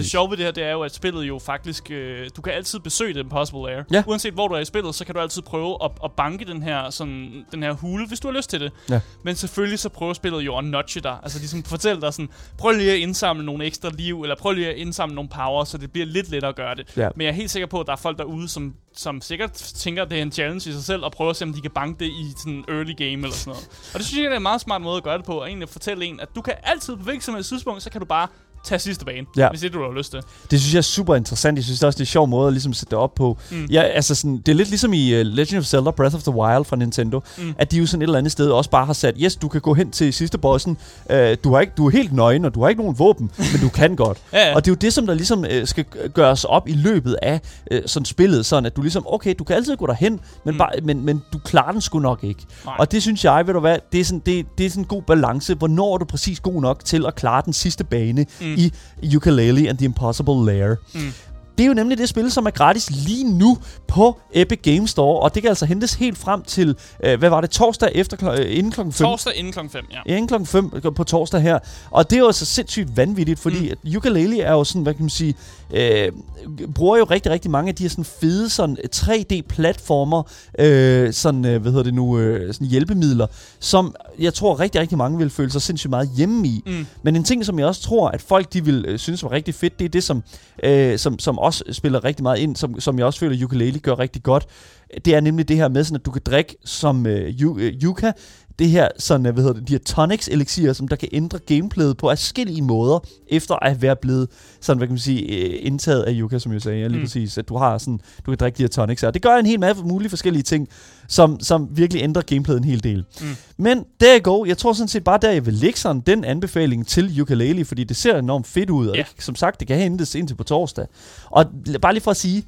sjove ved det her, det er jo, at spillet jo faktisk... Øh, du kan altid besøge The Impossible Lair. Ja. Uanset hvor du er i spillet, så kan du altid prøve at, at banke den her, sådan, den her hule, hvis du har lyst til det. Ja. Men selvfølgelig så prøver spillet jo at nudge dig. Altså ligesom fortælle dig sådan, prøv lige at indsamle nogle ekstra liv, eller prøv lige at indsamle nogle power, så det bliver lidt lettere at gøre det. Ja. Men jeg er helt sikker på, at der er folk derude, som, som sikkert tænker, at det er en challenge i sig selv, og prøver at se, om de kan banke det i sådan early game eller sådan noget. Og det synes jeg, det er en meget smart måde at gøre det på, og egentlig fortælle en, at du kan altid på hvilket som helst tidspunkt, så kan du bare tage sidste bane, ja. hvis det du har lyst til. Det synes jeg er super interessant. Jeg synes også, det er en sjov måde at ligesom sætte det op på. Mm. Ja, altså sådan, det er lidt ligesom i uh, Legend of Zelda Breath of the Wild fra Nintendo, mm. at de jo sådan et eller andet sted også bare har sat, yes, du kan gå hen til sidste bossen, uh, du, har ikke, du er helt nøgen, og du har ikke nogen våben, men du kan godt. Ja, ja. Og det er jo det, som der ligesom uh, skal gøres op i løbet af uh, sådan spillet, sådan at du ligesom, okay, du kan altid gå derhen, men, mm. bare, men, men du klarer den sgu nok ikke. Nej. Og det synes jeg, ved du hvad, det er sådan, det, det er sådan en god balance. Hvornår er du præcis god nok til at klare den sidste bane mm. i Yooka-Laylee and the Impossible Lair. Mm. Det er jo nemlig det spil, som er gratis lige nu på Epic Games Store, og det kan altså hentes helt frem til, øh, hvad var det, torsdag efter kl- øh, inden klokken fem? Torsdag inden klokken fem, ja. Inden klokken fem på torsdag her. Og det er jo altså sindssygt vanvittigt, fordi mm. Yooka-Laylee er jo sådan, hvad kan man sige, øh, bruger jo rigtig, rigtig mange af de her sådan fede sådan tre D-platformer, øh, sådan, øh, hvad hedder det nu, øh, sådan hjælpemidler, som jeg tror rigtig, rigtig mange vil føle sig sindssygt meget hjemme i. Mm. Men en ting, som jeg også tror, at folk de vil øh, synes var rigtig fedt, det er det, som, øh, som, som også spiller rigtig meget ind, som, som jeg også føler, Yooka-Laylee gør rigtig godt. Det er nemlig det her med, sådan, at du kan drikke som øh, Yuka, det her, sådan, hvad hedder det, de her tonics elixier, som der kan ændre gameplayet på forskellige måder, efter at være blevet, sådan, hvad kan man sige, indtaget af Yuka, som jeg sagde, ja, lige mm. præcis, at du har sådan, du kan drikke de her tonics her. Det gør en hel masse mulige forskellige ting, som, som virkelig ændrer gameplayet en hel del. Mm. Men there you go, jeg tror sådan set bare, der jeg vil lægge sådan den anbefaling til Yooka-Laylee, fordi det ser enormt fedt ud, og yeah. det, som sagt, det kan hentes indtil på torsdag. Og bare lige for at sige,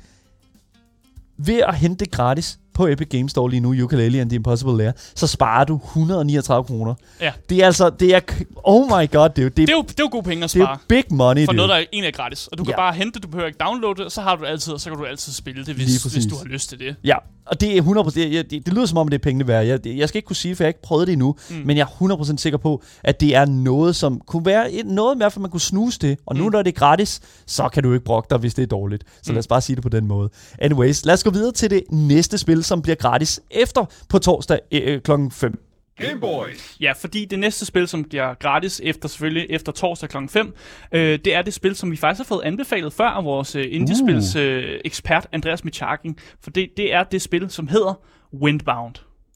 ved at hente det gratis på Epic Games Store lige nu, Yooka-Laylee and the Impossible Lair, så sparer du et hundrede og niogtredive kroner. Ja. Det er altså, det er, oh my god, det er jo... Det, det, er, jo, det er jo gode penge at spare. Det er big money, for noget, der egentlig er gratis. Og du kan ja. bare hente det, du behøver ikke downloade det, så har du altid, så kan du altid spille det, hvis, hvis du har lyst til det. Ja, og det er hundrede procent, det, det, det lyder som om, det er pengene værd. Jeg, jeg skal ikke kunne sige, for jeg har ikke prøvet det endnu, mm. men jeg er hundrede procent sikker på, at det er noget, som kunne være noget med, at man kunne snuse det. Og nu, mm. når det er gratis, så kan du ikke brokke dig, hvis det er dårligt. Så mm. lad os bare sige det på den måde. Anyways, lad os gå videre til det næste spil, som bliver gratis efter på torsdag øh, klokken fem. Game Boys. Ja, fordi det næste spil, som bliver gratis efter selvfølgelig efter torsdag klokken fem, øh, det er det spil, som vi faktisk har fået anbefalet før af vores øh, indiespils øh, ekspert Andreas Michakin. For det, det er det spil, som hedder Windbound.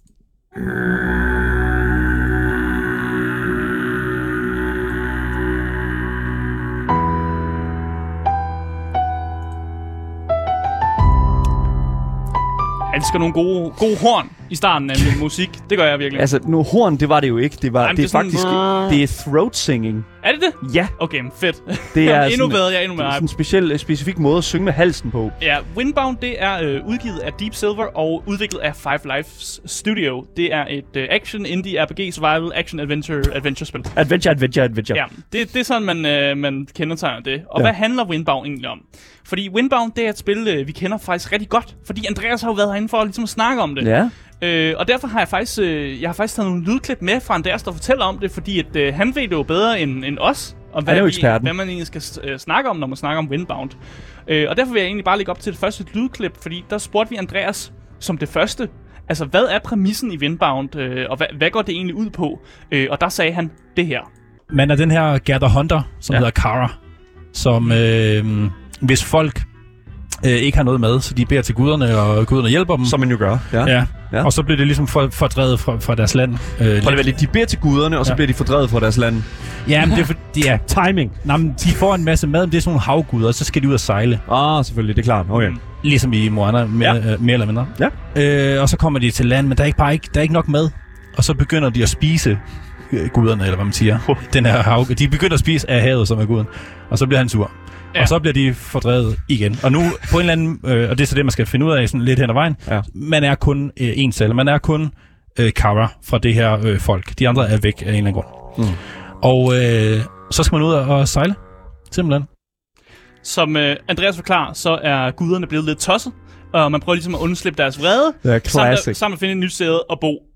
Jeg elsker nogle gode, gode horn i starten af min musik. Det gør jeg virkelig. Altså, nu horn, det var det jo ikke. Det, var, Jamen, det, er det er faktisk... Sådan... Det er throat singing. Er det det? Ja. Okay, fedt. Det er endnu bedre, jeg er endnu mere. Det er sådan en speciel, specifik måde at synge med halsen på. Ja, Windbound, det er øh, udgivet af Deep Silver og udviklet af Five Lives Studio. Det er et øh, action, indie, R P G, survival, action, adventure, adventure-spil. Adventure, adventure, adventure. Ja, det, det er sådan, man, øh, man kendetegner det. Og ja. Hvad handler Windbound egentlig om? Fordi Windbound, det er et spil, øh, vi kender faktisk rigtig godt. Fordi Andreas har jo været herinde for ligesom at snakke om det. Ja. Øh, og derfor har jeg faktisk øh, jeg har faktisk taget nogle lydklip med fra Andreas, der fortæller om det, fordi at, øh, han ved det jo bedre end, end os, om hvad, vi, hvad man egentlig skal øh, snakke om, når man snakker om Windbound. Øh, og derfor vil jeg egentlig bare lægge op til det første lydklip, fordi der spurgte vi Andreas som det første, altså hvad er præmissen i Windbound, øh, og hvad, hvad går det egentlig ud på? Øh, og der sagde han det her. Man er den her Gather Hunter, som ja. hedder Kara, som øh, hvis folk øh, ikke har noget med, så de beder til guderne, og guderne hjælper dem. Som man jo gør. Ja. Ja. Ja. Og så bliver det ligesom for, fordrevet fra, fra deres land. Øh, Prøv lige, de beder til guderne, og så ja. bliver de fordrevet fra deres land. Ja, men det er for, de er timing. Nå, men de får en masse mad, men det er sådan nogle havguder, og så skal de ud og sejle. Ah, selvfølgelig, det er klart. Okay. Mm. Ligesom i Moana, mere, ja. øh, mere eller mindre. Ja. Øh, og så kommer de til land, men der er ikke bare ikke, der er ikke nok mad. Og så begynder de at spise øh, guderne, eller hvad man siger. Oh. Den her hav, de begynder at spise af havet, som er guden. Og så bliver han sur. Ja. Og så bliver de fordrevet igen. Og nu på en eller anden, øh, og det er så det, man skal finde ud af sådan lidt hen ad vejen, ja. man er kun øh, en selv. Man er kun øh, Kara fra det her øh, folk. De andre er væk af en eller anden grund. Mm. Og øh, så skal man ud og sejle. Simpelthen. Som øh, Andreas forklarer, så er guderne blevet lidt tosset, og man prøver ligesom at undslippe deres vrede, ja, samt, samt at finde et nyt sted at bo.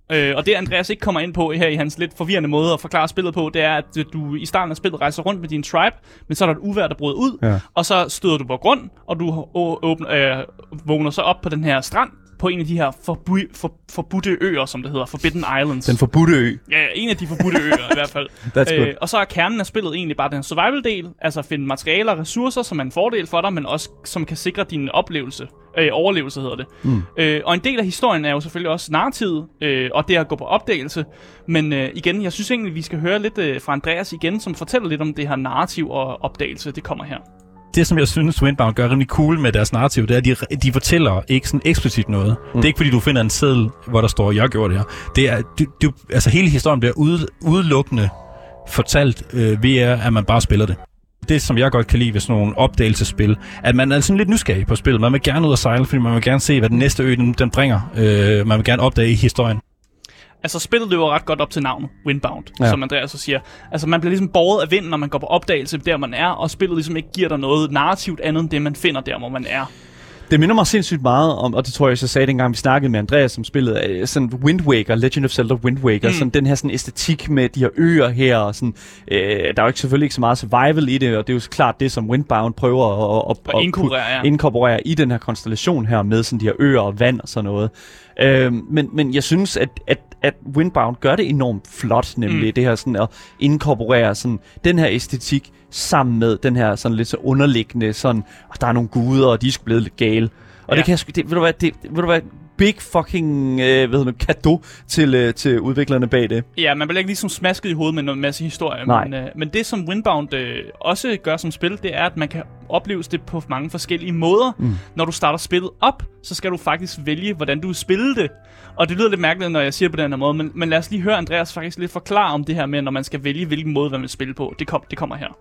Øh, og det Andreas ikke kommer ind på her i hans lidt forvirrende måde at forklare spillet på, det er, at du i starten af spillet rejser rundt med din tribe, men så er der et uvejr, der bryder ud, ja. Og så støder du på grund, og du åbner, øh, vågner så op på den her strand, på en af de her forbu- for, forbudte øer, som det hedder, Forbidden Islands. Den forbudte ø. Ja, en af de forbudte øer i hvert fald. Øh, og så er kernen af spillet egentlig bare den survival-del, altså at finde materialer og ressourcer, som er en fordel for dig, men også som kan sikre din oplevelse. Øh, overlevelse hedder det. Mm. Øh, og en del af historien er jo selvfølgelig også narrativet, øh, og det at gå på opdagelse. Men øh, igen, jeg synes egentlig, vi skal høre lidt øh, fra Andreas igen, som fortæller lidt om det her narrativ og opdagelse. Det kommer her. Det, som jeg synes, Windbound gør rimelig cool med deres narrativ, det er, at de, de fortæller ikke sådan eksplicit noget. Mm. Det er ikke, fordi du finder en seddel, hvor der står, jeg gjorde det her. Det er, du, du, altså hele historien bliver ud, udelukkende fortalt øh, ved, at man bare spiller det. Det, som jeg godt kan lide ved sådan nogle opdagelsesspil, at man er sådan lidt nysgerrig på spillet. Man vil gerne ud og sejle, fordi man vil gerne se, hvad den næste ø, den, den bringer. Øh, man vil gerne opdage historien. Altså, spillet løber ret godt op til navnet, Windbound, ja. Som Andreas så siger. Altså, man bliver ligesom båret af vinden, når man går på opdagelse der, man er, og spillet ligesom ikke giver dig noget narrativt andet end det, man finder der, hvor man er. Det minder mig sindssygt meget om, og det tror jeg, jeg sagde dengang, vi snakkede med Andreas om spillet, sådan Wind Waker, Legend of Zelda Wind Waker, mm. sådan den her sådan æstetik med de her øer her, og sådan, øh, der er jo ikke selvfølgelig ikke så meget survival i det, og det er jo klart det, som Windbound prøver at, at, at inkorporere, ja. inkorporere i den her konstellation her, med sådan de her øer og vand og sådan noget. Øh, men, men jeg synes, at, at, at Windbound gør det enormt flot, nemlig mm. det her sådan at inkorporere sådan den her æstetik sammen med den her sådan lidt så underliggende sådan, og der er nogle guder, og de er sgu blevet lidt gale. Og ja. det kan jeg sgu, det, ved du hvad, det, ved du hvad, big fucking, øh, hvad hedder det, cadeau til, øh, til udviklerne bag det. Ja, man bliver ikke ligesom smasket i hovedet med en masse historie. Nej. Men, øh, men det, som Windbound øh, også gør som spil, det er, at man kan opleves det på mange forskellige måder. Mm. Når du starter spillet op, så skal du faktisk vælge, hvordan du vil spille det. Og det lyder lidt mærkeligt, når jeg siger det på den her måde, men, men lad os lige høre Andreas faktisk lidt forklare om det her med, når man skal vælge, hvilken måde man vil spille på. Det, kom, det kommer her.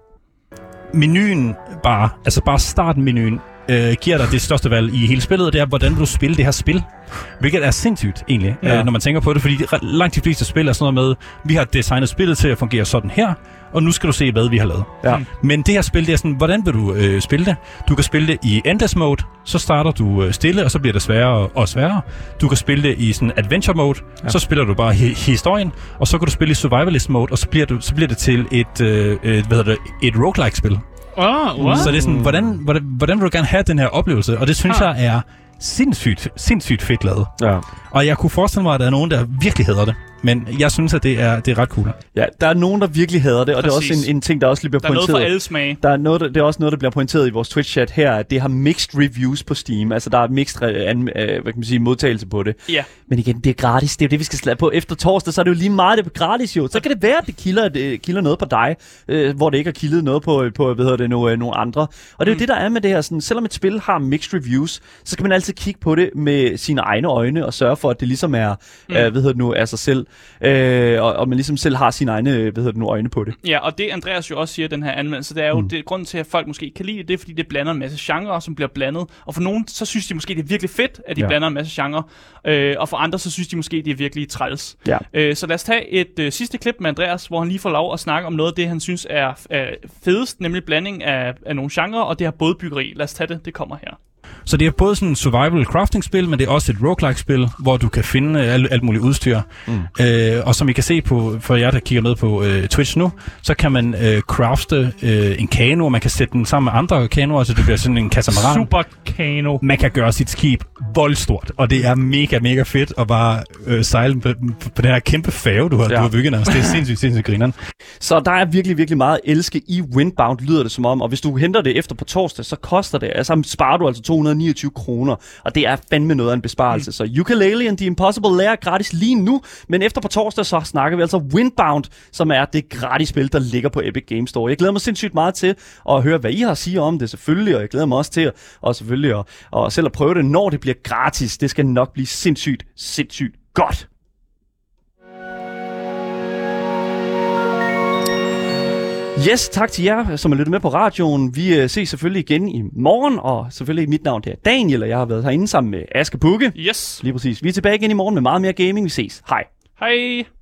Menuen bare, altså bare startmenuen, øh, giver dig det største valg i hele spillet, og det er, hvordan vil du spille det her spil? Hvilket er sindssygt, egentlig, ja. øh, når man tænker på det, fordi langt de fleste spil er sådan noget med, vi har designet spillet til at fungere sådan her, og nu skal du se, hvad vi har lavet. Ja. Men det her spil, det er sådan, hvordan vil du øh, spille det? Du kan spille det i endless mode, så starter du øh, stille, og så bliver det sværere og sværere. Du kan spille det i sådan adventure mode, ja. Så spiller du bare hi- historien, og så kan du spille i survivalist mode, og så bliver, du, så bliver det til et, øh, et, hvad hedder det, et roguelike-spil. Oh, wow. Så det er sådan, hvordan, hvordan, hvordan vil du gerne have den her oplevelse? Og det synes ah. jeg er sindssygt, sindssygt fedt lavet. Ja. Og jeg kunne forestille mig, at der er nogen, der virkelig hader det. Men jeg synes, at det er, det er ret cool. Ja, der er nogen, der virkelig hader det, og Præcis. det er også en, en ting, der også lige bliver pointeret. Der er noget for alle smage. Der er noget, der, det er også noget, der bliver pointeret i vores Twitch-chat her, at det har mixed reviews på Steam. Altså, der er mixed an, øh, hvad kan man sige, modtagelse på det. Ja. Men igen, det er gratis. Det er jo det, vi skal slå på. Efter torsdag, så er det jo lige meget, det er gratis jo. Så kan det være, at det kilder, det kilder noget på dig, øh, hvor det ikke har kildet noget på, på hvad hedder det, nogle, nogle andre. Og det er jo mm. det, der er med det her. Sådan, selvom et spil har mixed reviews, så skal man altid kigge på det med sine egne øjne, og sørge for, at det ligesom er, mm. øh, hvad hedder det nu, af sig selv. Øh, Og, og man ligesom selv har sine egne, hvad hedder det nu, øjne på det. Ja, og det Andreas jo også siger, den her anmeldelse, det er jo mm. det, grunden til, at folk måske ikke kan lide det, det er, fordi det blander en masse genrer, som bliver blandet. Og for nogen, så synes de måske, det er virkelig fedt, at de ja. blander en masse genrer. Øh, og for andre, så synes de måske, det er virkelig træls. Ja. Øh, så lad os tage et øh, sidste klip med Andreas, hvor han lige får lov at snakke om noget af det, han synes er øh, fedest, nemlig blanding af, af nogle genrer, og det her bådbyggeri. Lad os tage det, det kommer her. Så det er både sådan et survival crafting-spil, men det er også et roguelike-spil, hvor du kan finde alt, alt muligt udstyr. Mm. Øh, og som I kan se på, for jer, der kigger med på øh, Twitch nu, så kan man øh, crafte øh, en kano, og man kan sætte den sammen med andre kanoer, så det bliver sådan en katamaran. Super kano. Man kan gøre sit skib voldstort, og det er mega, mega fedt at bare øh, sejle på, på den her kæmpe færge, du har, ja. du har bygget nærmest. Det er sindssygt, sindssygt grineren. Så der er virkelig, virkelig meget at elske i Windbound, lyder det som om. Og hvis du henter det efter på torsdag, så koster det, altså sparer du altså to hundrede og niogtyve kroner, og det er fandme noget af en besparelse. Mm. Så Yooka-Laylee and The Impossible Lair gratis lige nu, men efter på torsdag, så snakker vi altså Windbound, som er det gratis spil, der ligger på Epic Games Store. Jeg glæder mig sindssygt meget til at høre, hvad I har at sige om det, selvfølgelig, og jeg glæder mig også til at, og selvfølgelig at, og selv at prøve det, når det bliver gratis. Det skal nok blive sindssygt, sindssygt godt. Yes, tak til jer, som har lyttet med på radioen. Vi uh, ses selvfølgelig igen i morgen, og selvfølgelig mit navn det er Daniel, og jeg har været herinde sammen med Aske Bukke. Yes. Lige præcis. Vi er tilbage igen i morgen med meget mere gaming. Vi ses. Hej. Hej.